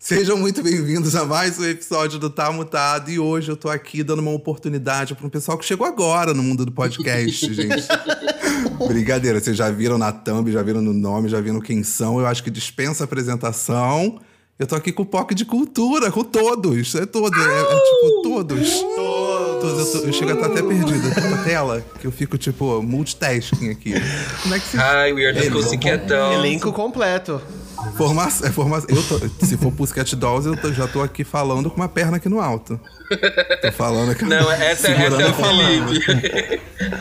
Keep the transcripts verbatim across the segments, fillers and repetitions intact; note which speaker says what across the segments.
Speaker 1: Sejam muito bem-vindos a mais um episódio do Tá Mutado. E hoje eu tô aqui dando uma oportunidade para um pessoal que chegou agora no mundo do podcast, gente. Brincadeira, vocês já viram na thumb, já viram no nome, já viram quem são. Eu acho que dispensa apresentação. Eu tô aqui com o P O C de Cultura, com todos. É todos, é, é tipo todos. Todos. Eu, tô, eu chego a estar até perdido aqui na tela, que eu fico tipo multitasking aqui. Como é que você...
Speaker 2: Hi, we are the Pussycat Dolls.
Speaker 3: Elenco completo.
Speaker 1: Formação, é formação. Eu tô, se for Pussycat Dolls, eu tô, já tô aqui falando com uma perna aqui no alto. Tô falando aqui.
Speaker 2: Não, essa, essa é o Felipe.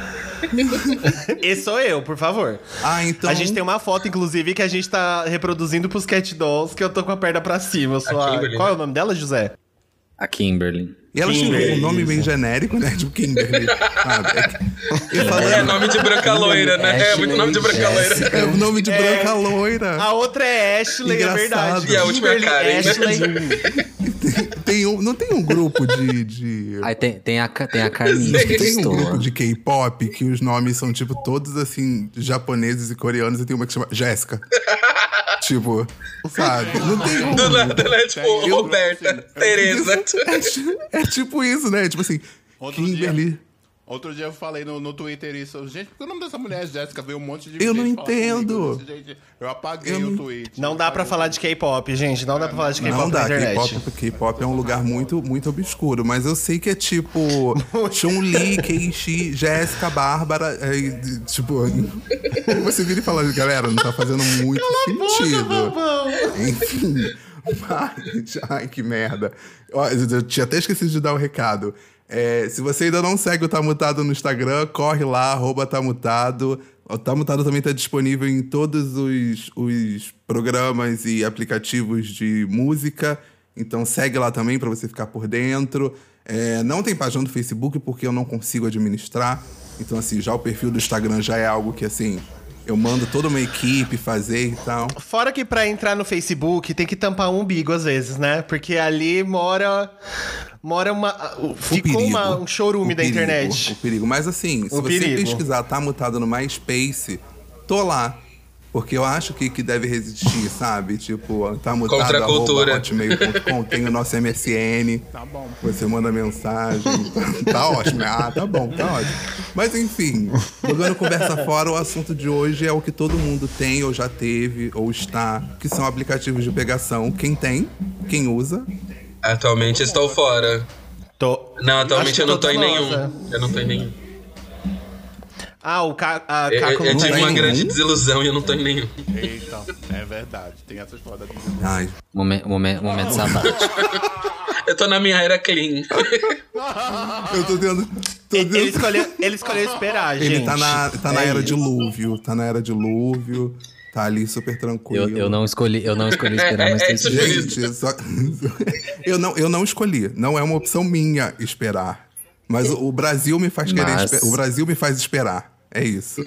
Speaker 3: Esse sou eu, por favor.
Speaker 1: Ah, então...
Speaker 3: A gente tem uma foto, inclusive, que a gente tá reproduzindo Pussycat Dolls, que eu tô com a perna pra cima. Eu sou a... Qual é o nome dela, José?
Speaker 4: A Kimberly.
Speaker 1: E ela tinha um nome bem genérico, né? Tipo Kimberly. Sabe? É, falando...
Speaker 2: é nome de branca loira, né? É muito nome de branca loira.
Speaker 1: É o nome de
Speaker 3: é...
Speaker 1: branca loira.
Speaker 3: A outra é Ashley,
Speaker 1: engraçado.
Speaker 3: É verdade.
Speaker 2: E a última é Karen.
Speaker 3: Ashley.
Speaker 1: tem, tem um, não tem um grupo de... de...
Speaker 4: Aí tem, tem a, tem a Carminha.
Speaker 1: Tem um grupo de K-pop que os nomes são, tipo, todos, assim, japoneses e coreanos. E tem uma que chama Jéssica. Tipo, sabe? Não tem um...
Speaker 2: Do nada, né? Tipo, tem Roberta, assim, Tereza.
Speaker 1: É, é tipo isso, né? Tipo assim,
Speaker 5: outro
Speaker 1: Kimberly...
Speaker 5: Dia, outro dia eu falei no, no Twitter isso. Gente, por que o nome dessa mulher é Jéssica? Veio um monte de
Speaker 1: eu
Speaker 5: gente
Speaker 1: não entendo.
Speaker 5: Isso, gente. Eu apaguei
Speaker 1: eu
Speaker 5: o
Speaker 1: não...
Speaker 5: tweet.
Speaker 3: Não dá pra falar de K-pop, gente. Não dá pra falar de K-pop na internet.
Speaker 1: Não dá, K-pop é um lugar muito, muito obscuro. Mas eu sei que é tipo... Chun-Li, Keiichi, Jéssica, Bárbara... É, tipo... Você vira e fala, galera, não tá fazendo muito
Speaker 3: Cala
Speaker 1: sentido.
Speaker 3: A boca,
Speaker 1: Enfim... Mas, ai, que merda. Ó, eu tinha até esquecido de dar o recado. É, se você ainda não segue o Tá Mutado no Instagram, corre lá, arroba Tá Mutado. O Tá Mutado também está disponível em todos os, os programas e aplicativos de música. Então segue lá também para você ficar por dentro. É, não tem página do Facebook porque eu não consigo administrar. Então, assim, já o perfil do Instagram já é algo que, assim... Eu mando toda uma equipe fazer e tal.
Speaker 3: Fora que pra entrar no Facebook tem que tampar um umbigo às vezes, né? Porque ali mora... Mora uma... Ficou
Speaker 1: perigo,
Speaker 3: uma, um chorume
Speaker 1: o
Speaker 3: da
Speaker 1: perigo,
Speaker 3: internet.
Speaker 1: O perigo. Mas assim, se
Speaker 3: o
Speaker 1: você
Speaker 3: perigo.
Speaker 1: pesquisar Tá Mutado no MySpace, tô lá. Porque eu acho que, que deve resistir, sabe? Tipo, Tá Mutado,
Speaker 2: contra a cultura.
Speaker 1: hotmail ponto com, tem o nosso M S N.
Speaker 5: Tá bom.
Speaker 1: Você manda mensagem. Tá, tá ótimo, né? Ah, tá bom, tá ótimo. Mas enfim, jogando conversa fora, o assunto de hoje é o que todo mundo tem, ou já teve, ou está, que são aplicativos de pegação. Quem tem, quem usa.
Speaker 2: Atualmente estou fora.
Speaker 3: Tô.
Speaker 2: Não, atualmente eu não tô em nenhum.
Speaker 3: nossa.
Speaker 2: Eu não tô em nenhum.
Speaker 3: Ah, o Ca a
Speaker 2: Eu,
Speaker 3: Caco
Speaker 2: eu, eu
Speaker 3: não
Speaker 2: tive
Speaker 3: tá
Speaker 2: uma
Speaker 3: em
Speaker 2: grande
Speaker 3: nenhum?
Speaker 2: desilusão e eu não tô em nenhum.
Speaker 5: Eita, é verdade. Tem essas fotos aqui.
Speaker 1: Ai.
Speaker 4: Momen, momen, momento sabático.
Speaker 2: Eu tô na minha era clean.
Speaker 1: Eu tô tendo. Tô tendo...
Speaker 3: Ele, escolheu, ele escolheu esperar, gente.
Speaker 1: Ele tá na, tá na
Speaker 3: É
Speaker 1: era
Speaker 3: isso.
Speaker 1: dilúvio. Tá na era dilúvio. Tá ali super tranquilo.
Speaker 4: Eu, eu não escolhi, eu não escolhi esperar, mas
Speaker 2: É, é,
Speaker 4: tem
Speaker 2: isso
Speaker 4: que
Speaker 2: mesmo.
Speaker 1: Gente, só... eu, não, eu não escolhi. Não é uma opção minha esperar. Mas o, o Brasil me faz querer
Speaker 4: Mas-
Speaker 1: esper... O Brasil me faz esperar. É isso.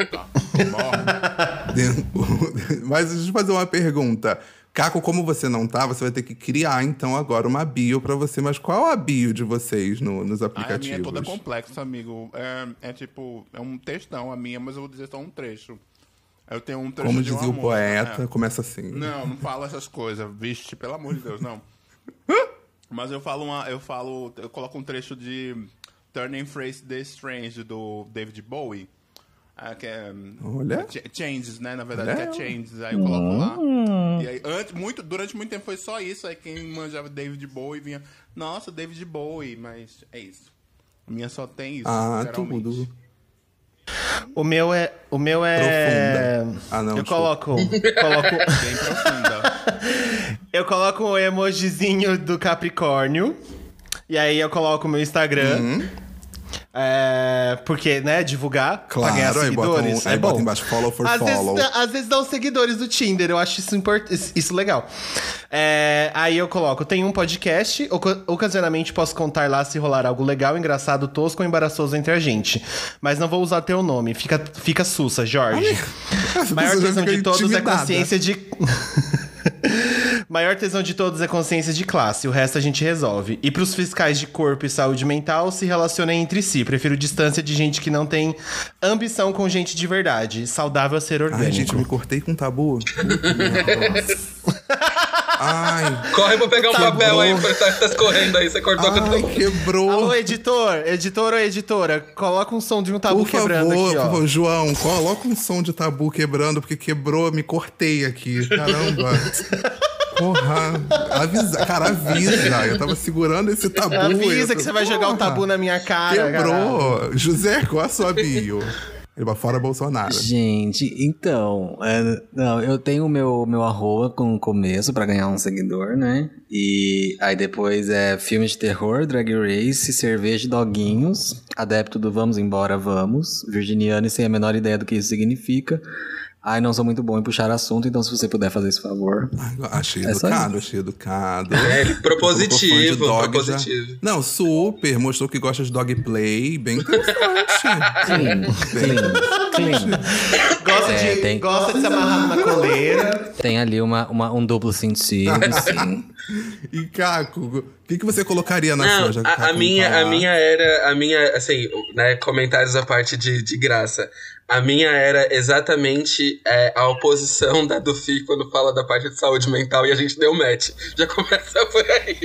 Speaker 1: Mas deixa eu fazer uma pergunta. Caco, como você não tá, você vai ter que criar, então, agora uma bio pra você. Mas qual a bio de vocês no, nos
Speaker 5: Ah, a
Speaker 1: aplicativos?
Speaker 5: minha é toda complexa, amigo. É, é tipo, é um textão a minha, mas eu vou dizer só um trecho. Eu tenho um trecho
Speaker 1: Como
Speaker 5: de uma
Speaker 1: dizia o
Speaker 5: música,
Speaker 1: poeta,
Speaker 5: é.
Speaker 1: começa assim.
Speaker 5: Não, não fala essas coisas. Vixe, pelo amor de Deus, não. Mas eu falo uma, eu falo, eu coloco um trecho de Turning Phrase The Strange do David Bowie. Ah, que é
Speaker 1: Olha.
Speaker 5: Ch- Changes, né? Na verdade,
Speaker 1: Olha.
Speaker 5: que é Changes. Aí eu coloco lá. E aí, antes, muito, durante muito tempo foi só isso. Aí quem manjava David Bowie vinha, nossa, David Bowie, mas é isso. A minha só tem isso.
Speaker 1: Ah,
Speaker 5: geralmente.
Speaker 1: tudo.
Speaker 3: O meu é... O meu é...
Speaker 1: Profunda. Ah, não,
Speaker 3: Eu
Speaker 1: desculpa.
Speaker 3: coloco... coloco...
Speaker 5: Bem profunda.
Speaker 3: Eu coloco o emojizinho do Capricórnio. E aí eu coloco o meu Instagram.
Speaker 1: Uhum.
Speaker 3: É, porque, né, divulgar
Speaker 1: Claro,
Speaker 3: pra ganhar
Speaker 1: aí bota,
Speaker 3: seguidores.
Speaker 1: um, aí
Speaker 3: é
Speaker 1: bota
Speaker 3: bom.
Speaker 1: embaixo follow for
Speaker 3: Às
Speaker 1: follow.
Speaker 3: vezes, às vezes dá os seguidores do Tinder, eu acho isso, import... isso legal. É, aí eu coloco, tem um podcast, oca- ocasionalmente posso contar lá se rolar algo legal, engraçado, tosco ou embaraçoso entre a gente. Mas não vou usar teu nome, fica, fica sussa, Jorge.
Speaker 1: Essa
Speaker 3: Maior
Speaker 1: pessoa já
Speaker 3: tesão
Speaker 1: fica
Speaker 3: de todos é
Speaker 1: intimidada.
Speaker 3: consciência de... Maior tesão de todos é consciência de classe, o resto a gente resolve. E pros fiscais de corpo e saúde mental, se relacionem entre si. Prefiro distância de gente que não tem ambição com gente de verdade. Saudável a ser orgânico.
Speaker 1: Ai, gente, eu me cortei com tabu. Ai,
Speaker 2: Corre pra pegar um
Speaker 1: Tá
Speaker 2: papel
Speaker 1: bom.
Speaker 2: aí, porque tá, tá escorrendo aí, você cortou com
Speaker 1: ai,
Speaker 2: o
Speaker 1: quebrou.
Speaker 3: Alô, editor, editor ou editora, coloca um som de um tabu
Speaker 1: Por
Speaker 3: quebrando
Speaker 1: favor,
Speaker 3: aqui,
Speaker 1: por
Speaker 3: ó.
Speaker 1: favor, João, coloca um som de tabu quebrando, porque quebrou, me cortei aqui. Caramba. Porra, avisa, cara, avisa. Eu tava segurando esse tabu.
Speaker 3: Avisa
Speaker 1: eu-
Speaker 3: que você vai jogar um
Speaker 1: Porra,
Speaker 3: tabu na minha cara.
Speaker 1: Quebrou. José, qual a sua bio? Ele vai fora Bolsonaro.
Speaker 4: Gente, então, é, não, eu tenho o meu, meu arroba com o começo pra ganhar um seguidor, né? E aí depois é filme de terror, drag race, cerveja e doguinhos, adepto do vamos embora, vamos, virginiano e sem a menor ideia do que isso significa. Ai, não sou muito bom em puxar assunto, então se você puder fazer esse favor.
Speaker 1: Ai, achei
Speaker 4: É só
Speaker 1: educado,
Speaker 4: isso.
Speaker 1: achei educado.
Speaker 2: É, ele propositivo,
Speaker 1: Colocou fã de dog
Speaker 2: propositivo.
Speaker 1: já. Não, super. Mostrou que gosta de dog play. Bem interessante.
Speaker 4: Clean, clean, clean.
Speaker 3: Gosta,
Speaker 4: É,
Speaker 3: de,
Speaker 4: tem-
Speaker 3: gosta de se amarrar numa coleira.
Speaker 4: Tem ali uma, uma- um duplo sentido, sim.
Speaker 1: E, Caco, o que, que você colocaria na
Speaker 2: Não,
Speaker 1: sua? Já que
Speaker 2: a,
Speaker 1: Caco
Speaker 2: a
Speaker 1: não
Speaker 2: minha,
Speaker 1: tá lá?
Speaker 2: a minha era, a minha, assim, né, comentários à parte de, de graça. A minha era exatamente é, a oposição da do Fi quando fala da parte de saúde mental e a gente deu match. Já começa por aí.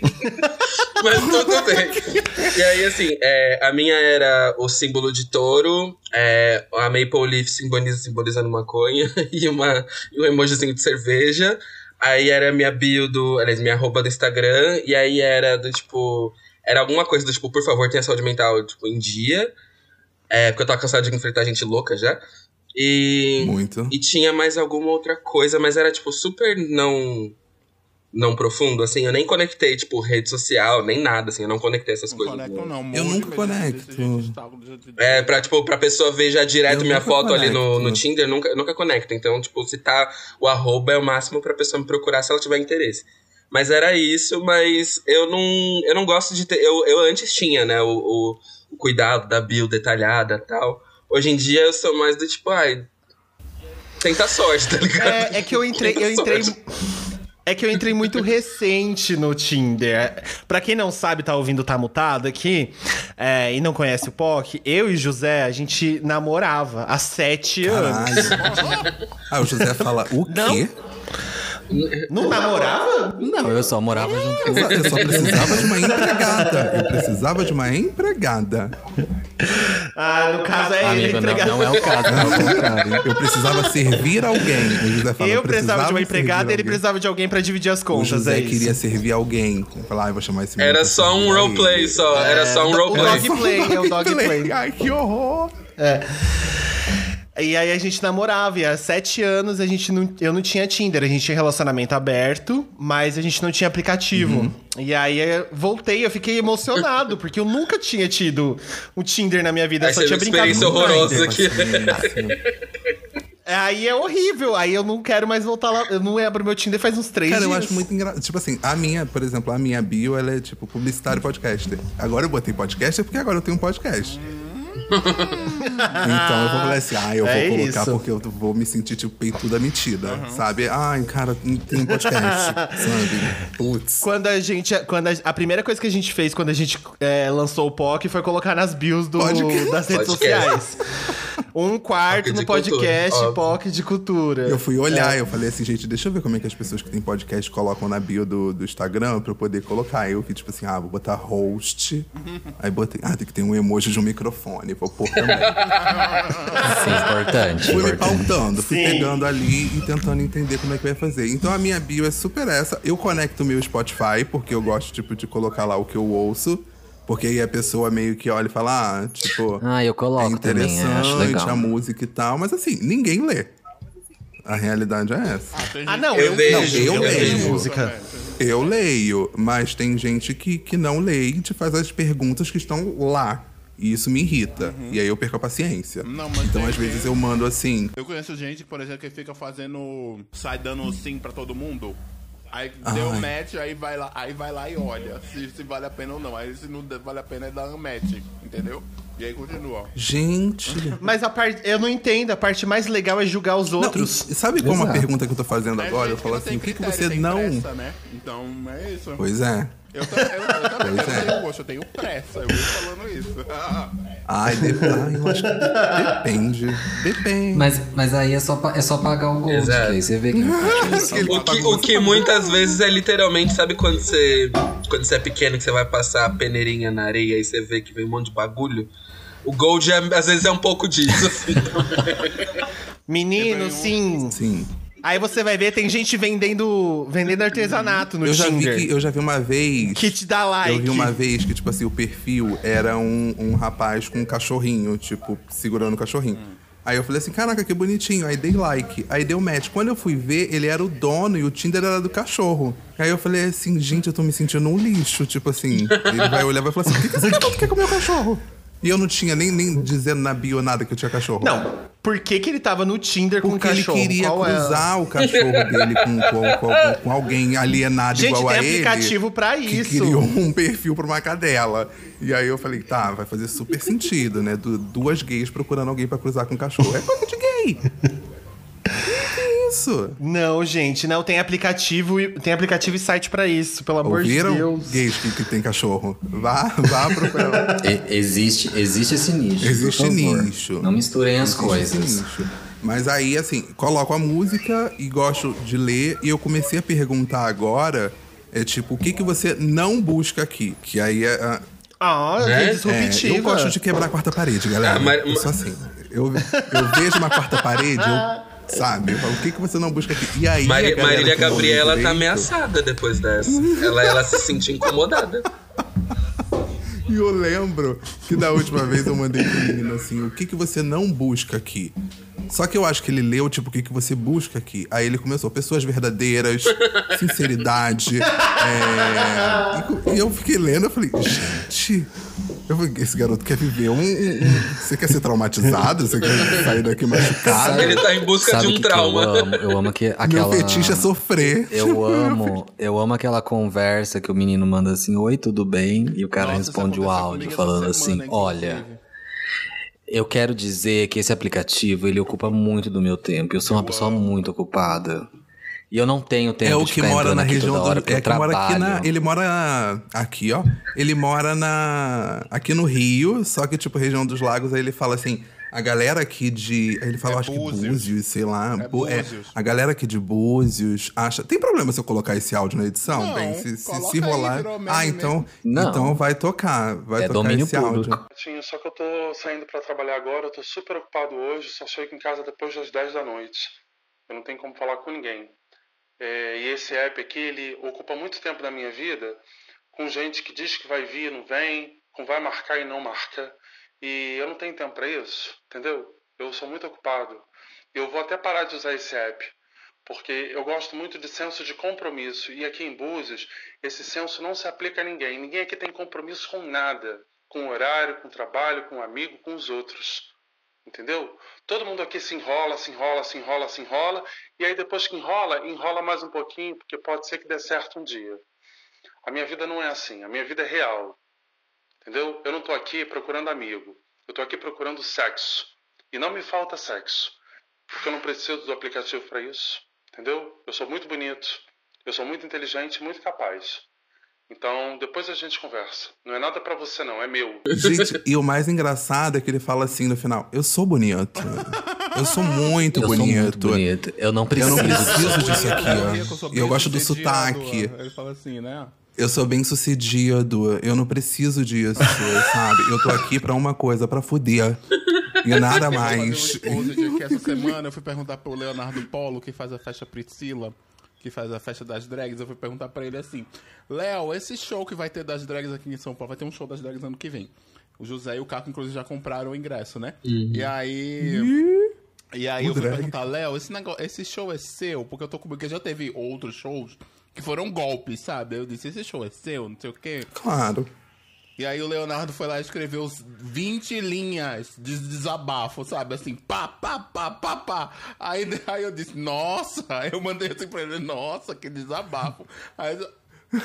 Speaker 2: Mas tudo bem. E aí, assim, é, a minha era o símbolo de touro, é, a Maple Leaf simboliza, simbolizando maconha e, uma, e um emojizinho de cerveja. Aí era minha bio do, aliás, minha arroba do Instagram, e aí era do tipo, era alguma coisa do tipo, por favor, tenha saúde mental, tipo, em dia. É, porque eu tava cansado de enfrentar gente louca já. E.
Speaker 1: Muito.
Speaker 2: E tinha mais alguma outra coisa, mas era, tipo, super não. Não profundo, assim. Eu nem conectei, tipo, rede social, nem nada, assim. Eu não conectei essas
Speaker 5: Não
Speaker 2: coisas.
Speaker 5: conectam, não.
Speaker 1: Eu
Speaker 5: Monge
Speaker 1: nunca
Speaker 5: mesmo,
Speaker 1: conecto.
Speaker 5: desse jeito, está- do jeito de-
Speaker 2: É, pra, tipo, pra pessoa ver já direto
Speaker 1: Eu
Speaker 2: minha
Speaker 1: nunca
Speaker 2: foto ali no,
Speaker 1: conecto.
Speaker 2: no Tinder, nunca, nunca conecta. Então, tipo, se tá o arroba é o máximo pra pessoa me procurar se ela tiver interesse. Mas era isso, mas eu não, eu não gosto de ter... Eu, eu antes tinha, né, o, o, o cuidado da bio detalhada e tal. Hoje em dia eu sou mais do tipo, ai... Tenta sorte, tá ligado?
Speaker 3: É, é que eu entrei, eu
Speaker 2: Tenta
Speaker 3: entrei.
Speaker 2: sorte.
Speaker 3: É que eu entrei muito recente no Tinder. Pra quem não sabe, tá ouvindo Tá Mutado aqui, é, e não conhece o P O C, eu e José, a gente namorava há sete anos.
Speaker 1: Caralho. Ah, o José fala, o quê?
Speaker 3: Não namorava?
Speaker 4: Não, eu só morava junto com
Speaker 1: Eu só- eu só precisava de uma empregada. Eu precisava de uma empregada.
Speaker 3: Ah, no caso é ele
Speaker 4: Amigo, não,
Speaker 3: empregado.
Speaker 4: não é o caso, é o contrário.
Speaker 1: Eu precisava servir alguém. O José fala,
Speaker 3: Eu precisava de uma
Speaker 1: servir
Speaker 3: empregada e ele
Speaker 1: alguém.
Speaker 3: precisava de alguém pra dividir as
Speaker 1: O
Speaker 3: contas,
Speaker 1: José
Speaker 3: é isso.
Speaker 1: queria servir alguém. Eu falava, ah, eu vou chamar esse menino
Speaker 2: Era
Speaker 1: pra
Speaker 2: só um
Speaker 1: servir
Speaker 2: roleplay
Speaker 1: ele.
Speaker 2: só, era só um
Speaker 3: O
Speaker 2: roleplay.
Speaker 3: dog play, é o dog play.
Speaker 1: Ai, que horror.
Speaker 3: E aí a gente namorava, e há sete anos a gente não, eu não tinha Tinder, a gente tinha relacionamento aberto, mas a gente não tinha aplicativo.
Speaker 1: Uhum.
Speaker 3: E aí eu voltei, eu fiquei emocionado, porque eu nunca tinha tido um Tinder na minha vida,
Speaker 2: Aí
Speaker 3: eu só
Speaker 2: você
Speaker 3: tinha
Speaker 2: viu
Speaker 3: brincado
Speaker 2: experiência
Speaker 3: com
Speaker 2: horrorosa
Speaker 3: Grindr.
Speaker 2: aqui.
Speaker 3: Aí é horrível, aí eu não quero mais voltar lá, eu não abro meu Tinder faz uns três
Speaker 1: Cara,
Speaker 3: dias.
Speaker 1: eu acho muito engraçado. Tipo assim, a minha, por exemplo, a minha bio, ela é tipo publicitário podcaster. Agora eu botei podcaster porque agora eu tenho um podcast. Então eu vou falar assim, ah, eu
Speaker 3: É
Speaker 1: vou colocar
Speaker 3: isso.
Speaker 1: porque eu vou me sentir tipo peituda metida, sabe? Ai, cara, tem um podcast, sabe? Putz.
Speaker 3: Quando a gente. Quando a, a primeira coisa que a gente fez quando a gente é, lançou o P O C foi colocar nas bios do,
Speaker 1: Podcast.
Speaker 3: das redes
Speaker 2: Podcast.
Speaker 3: sociais. Um quarto
Speaker 2: P O C de
Speaker 3: no podcast
Speaker 2: cultura,
Speaker 3: P O C de cultura.
Speaker 1: Eu fui olhar, eu falei assim, gente, deixa eu ver como é que as pessoas que têm podcast colocam na bio do, do Instagram pra eu poder colocar. Aí eu vi, tipo assim, ah, vou botar host. Aí botei, ah, tem que ter um emoji de um microfone. Vou pôr também.
Speaker 4: Sim, importante.
Speaker 1: Fui me
Speaker 4: importante.
Speaker 1: pautando, fui
Speaker 3: Sim.
Speaker 1: pegando ali e tentando entender como é que eu ia fazer. Então a minha bio é super essa. Eu conecto o meu Spotify, porque eu gosto, tipo, de colocar lá o que eu ouço. Porque aí a pessoa meio que olha e fala, ah, tipo...
Speaker 4: Ah, eu coloco
Speaker 1: é
Speaker 4: também, é, acho
Speaker 1: interessante
Speaker 4: legal.
Speaker 1: a música e tal. Mas assim, ninguém lê. A realidade é essa.
Speaker 5: Tem
Speaker 3: Ah,
Speaker 5: gente-
Speaker 3: não,
Speaker 2: Eu
Speaker 3: eu,
Speaker 2: vejo,
Speaker 3: vejo,
Speaker 1: eu
Speaker 3: eu vejo
Speaker 1: vejo.
Speaker 3: música.
Speaker 1: Eu leio, mas tem gente que, que não lê e te faz as perguntas que estão lá. E isso me irrita. E aí eu perco a paciência.
Speaker 5: Não, mas
Speaker 1: então,
Speaker 5: tem-
Speaker 1: às vezes, eu mando assim...
Speaker 5: Eu conheço gente, por exemplo, que fica fazendo. Sai dando sim pra todo mundo. Aí deu
Speaker 1: Ai.
Speaker 5: match, aí vai lá, aí vai lá e olha se, se vale a pena ou não. Aí se não vale a pena é dar um match, entendeu? E aí continua.
Speaker 1: Gente...
Speaker 3: Mas a parte. Eu não entendo, a parte mais legal é julgar os
Speaker 1: Não,
Speaker 3: outros.
Speaker 1: e sabe como a
Speaker 4: Exato.
Speaker 1: pergunta que eu tô fazendo
Speaker 5: É
Speaker 1: agora?
Speaker 5: gente
Speaker 1: Eu falo
Speaker 5: não
Speaker 1: assim,
Speaker 5: tem
Speaker 1: o que, que
Speaker 5: critério,
Speaker 1: você
Speaker 5: tem
Speaker 1: não...
Speaker 5: pressa, né? Então é isso.
Speaker 1: Pois é.
Speaker 5: Eu, também, eu, eu também
Speaker 1: Pois
Speaker 5: eu
Speaker 1: é.
Speaker 5: tenho, poxa, eu tenho pressa, eu vivo falando isso.
Speaker 1: Ai, de... Ai, eu acho que depende. Depende.
Speaker 4: Mas, mas aí é só, pa- é só pagar o Gold,
Speaker 2: Exato.
Speaker 4: que aí você vê que não pode.
Speaker 2: O que, o que muitas vezes é literalmente, sabe quando você, quando você é pequeno, que você vai passar a peneirinha na areia e você vê que vem um monte de bagulho? O Gold é, às vezes é um pouco disso, assim.
Speaker 3: Menino, sim.
Speaker 1: Sim.
Speaker 3: Aí você vai ver, tem gente vendendo, vendendo artesanato no
Speaker 1: Eu já, vi
Speaker 3: Tinder.
Speaker 1: que, eu já vi uma vez.
Speaker 3: Que te dá like.
Speaker 1: Eu vi uma vez que, tipo assim, o perfil era um, um rapaz com um cachorrinho, tipo, segurando o cachorrinho. Aí eu falei assim, caraca, que bonitinho. Aí dei like. Aí deu match. Quando eu fui ver, ele era o dono e o Tinder era do cachorro. Aí eu falei assim, gente, eu tô me sentindo um lixo. Tipo assim, ele vai olhar e vai falar assim, o que, que esse garoto quer com o meu cachorro? E eu não tinha nem, nem dizendo na bio nada que eu tinha cachorro.
Speaker 3: Não, por que que ele tava no Tinder com o
Speaker 1: Porque ele
Speaker 3: cachorro?
Speaker 1: queria
Speaker 3: Qual é?
Speaker 1: cruzar o cachorro dele com, com, com, com alguém alienado
Speaker 3: Gente,
Speaker 1: igual a
Speaker 3: tem
Speaker 1: ele.
Speaker 3: aplicativo pra
Speaker 1: que
Speaker 3: isso.
Speaker 1: criou um perfil pra uma cadela. E aí eu falei, tá, vai fazer super sentido, né? Du- duas gays procurando alguém pra cruzar com o cachorro. É coisa de gay. Que isso?
Speaker 3: Não, gente, não, tem aplicativo, e- tem aplicativo e site pra isso, pelo amor
Speaker 1: Ouviram?
Speaker 3: de Deus.
Speaker 1: Gays que, que tem cachorro. Vá, vá procurar.
Speaker 4: E- existe, existe esse nicho.
Speaker 1: Existe
Speaker 4: por favor.
Speaker 1: nicho.
Speaker 4: Não misturem as
Speaker 1: Existe
Speaker 4: coisas.
Speaker 1: esse nicho. Mas aí, assim, coloco a música e gosto de ler. E eu comecei a perguntar agora, é tipo, o que, que você não busca aqui? Que aí é... a-
Speaker 3: Ah,
Speaker 2: Né?
Speaker 3: é
Speaker 1: É,
Speaker 3: disruptiva.
Speaker 1: eu gosto de quebrar a quarta parede, galera.
Speaker 2: Ah, mas-
Speaker 1: Eu sou assim. Eu, eu vejo uma quarta parede, eu... Sabe? Eu falo, o que, que você não busca aqui? E aí,
Speaker 2: Mari-
Speaker 1: a galera
Speaker 2: Marília
Speaker 1: que não
Speaker 2: Gabriela
Speaker 1: ouve
Speaker 2: tá
Speaker 1: direito-
Speaker 2: ameaçada depois dessa. Ela, ela se sentiu incomodada.
Speaker 1: E eu lembro que da última vez eu mandei pro menino assim, o que, que você não busca aqui? Só que eu acho que ele leu, tipo, o que, que você busca aqui? Aí ele começou, pessoas verdadeiras, sinceridade. é... e, co- e eu fiquei lendo, eu falei, gente... Eu falei, esse garoto quer viver um, um- um- Você quer ser traumatizado? Você quer sair daqui machucado?
Speaker 2: Ele tá em busca
Speaker 4: Sabe
Speaker 2: de
Speaker 4: o
Speaker 2: um
Speaker 4: que que
Speaker 2: trauma.
Speaker 4: eu amo? Eu amo que aquela...
Speaker 1: Meu fetiche é sofrer.
Speaker 4: Eu amo, eu amo aquela conversa que o menino manda assim, oi, tudo bem? E o cara
Speaker 5: Nossa,
Speaker 4: responde
Speaker 5: isso
Speaker 4: o
Speaker 5: aconteceu
Speaker 4: áudio
Speaker 5: comigo
Speaker 4: falando
Speaker 5: essa semana,
Speaker 4: assim, olha,
Speaker 5: inclusive.
Speaker 4: eu quero dizer que esse aplicativo, ele ocupa muito do meu tempo. Eu sou uma pessoa muito ocupada. E eu não tenho tempo
Speaker 1: É o
Speaker 4: de
Speaker 1: que
Speaker 4: ficar
Speaker 1: mora
Speaker 4: entrando
Speaker 1: na
Speaker 4: aqui
Speaker 1: região
Speaker 4: toda hora,
Speaker 1: do.
Speaker 4: porque
Speaker 1: É
Speaker 4: eu
Speaker 1: que mora aqui
Speaker 4: trabalho.
Speaker 1: na. Ele mora aqui, ó. Ele mora na. Aqui no Rio, só que, tipo, região dos lagos, aí ele fala assim. A galera aqui de. Ele fala,
Speaker 5: É
Speaker 1: acho
Speaker 5: Búzios.
Speaker 1: que Búzios, sei lá.
Speaker 5: É
Speaker 1: Bu-
Speaker 5: Búzios.
Speaker 1: a galera aqui de Búzios acha. Tem problema se eu colocar esse áudio na edição?
Speaker 5: Não,
Speaker 1: Bem, se, se,
Speaker 5: coloca
Speaker 1: se
Speaker 5: aí,
Speaker 1: rolar.
Speaker 5: virou meme
Speaker 1: Ah, então.
Speaker 5: mesmo.
Speaker 4: Não.
Speaker 1: Então vai tocar. Vai
Speaker 4: É
Speaker 1: tocar
Speaker 4: domínio
Speaker 1: esse
Speaker 4: público.
Speaker 1: áudio.
Speaker 6: Tinha, só que eu tô saindo pra trabalhar agora, eu tô super ocupado hoje, só chego em casa depois das dez da noite. Eu não tenho como falar com ninguém. É, e esse app aqui, ele ocupa muito tempo da minha vida, com gente que diz que vai vir, não vem, com vai marcar e não marca. E eu não tenho tempo pra isso, entendeu? Eu sou muito ocupado. Eu vou até parar de usar esse app, porque eu gosto muito de senso de compromisso. E aqui em Búzios, esse senso não se aplica a ninguém. Ninguém aqui tem compromisso com nada. Com o horário, com o trabalho, com o amigo, com os outros. Entendeu? Todo mundo aqui se enrola, se enrola, se enrola, se enrola. E aí depois que enrola, enrola mais um pouquinho, porque pode ser que dê certo um dia. A minha vida não é assim. A minha vida é real. Entendeu? Eu não tô aqui procurando amigo. Eu tô aqui procurando sexo. E não me falta sexo. Porque eu não preciso do aplicativo para isso. Entendeu? Eu sou muito bonito. Eu sou muito inteligente e muito capaz. Então, depois a gente conversa. Não é nada pra você, não. É meu.
Speaker 1: Gente, e o mais engraçado é que ele fala assim no final: eu sou bonito. Eu sou muito
Speaker 4: Eu
Speaker 1: bonito.
Speaker 4: sou muito bonito. Eu não
Speaker 1: Eu
Speaker 4: preciso.
Speaker 1: não preciso disso aqui,
Speaker 5: Eu
Speaker 1: ó.
Speaker 5: sou
Speaker 1: E eu
Speaker 5: bem
Speaker 1: gosto do
Speaker 5: sucedido,
Speaker 1: sotaque.
Speaker 5: Ele fala assim, né?
Speaker 1: Eu sou bem sucedido. Eu não preciso disso, sabe? Eu tô aqui pra uma coisa, pra fuder. E nada mais.
Speaker 5: Eu vou fazer um exposed aqui essa semana. Eu fui perguntar pro Leonardo Polo, que faz a festa Priscila, que faz a festa das drags. Eu fui perguntar pra ele assim: Léo, esse show que vai ter das drags aqui em São Paulo, vai ter um show das drags ano que vem. O José e o Caco, inclusive, já compraram o ingresso, né? E aí. E aí
Speaker 1: O
Speaker 5: eu fui
Speaker 1: drag.
Speaker 5: perguntar, Léo, esse, negócio, esse show é seu? Porque eu tô com. Porque já teve outros shows que foram golpes, sabe? Eu disse, esse show é seu, não sei o quê.
Speaker 1: Claro.
Speaker 5: E aí o Leonardo foi lá e escreveu vinte linhas de desabafo, sabe? Assim, pá, pá, pá, pá, pá. Aí, aí eu disse, nossa, eu mandei assim pra ele, nossa, que desabafo. Aí,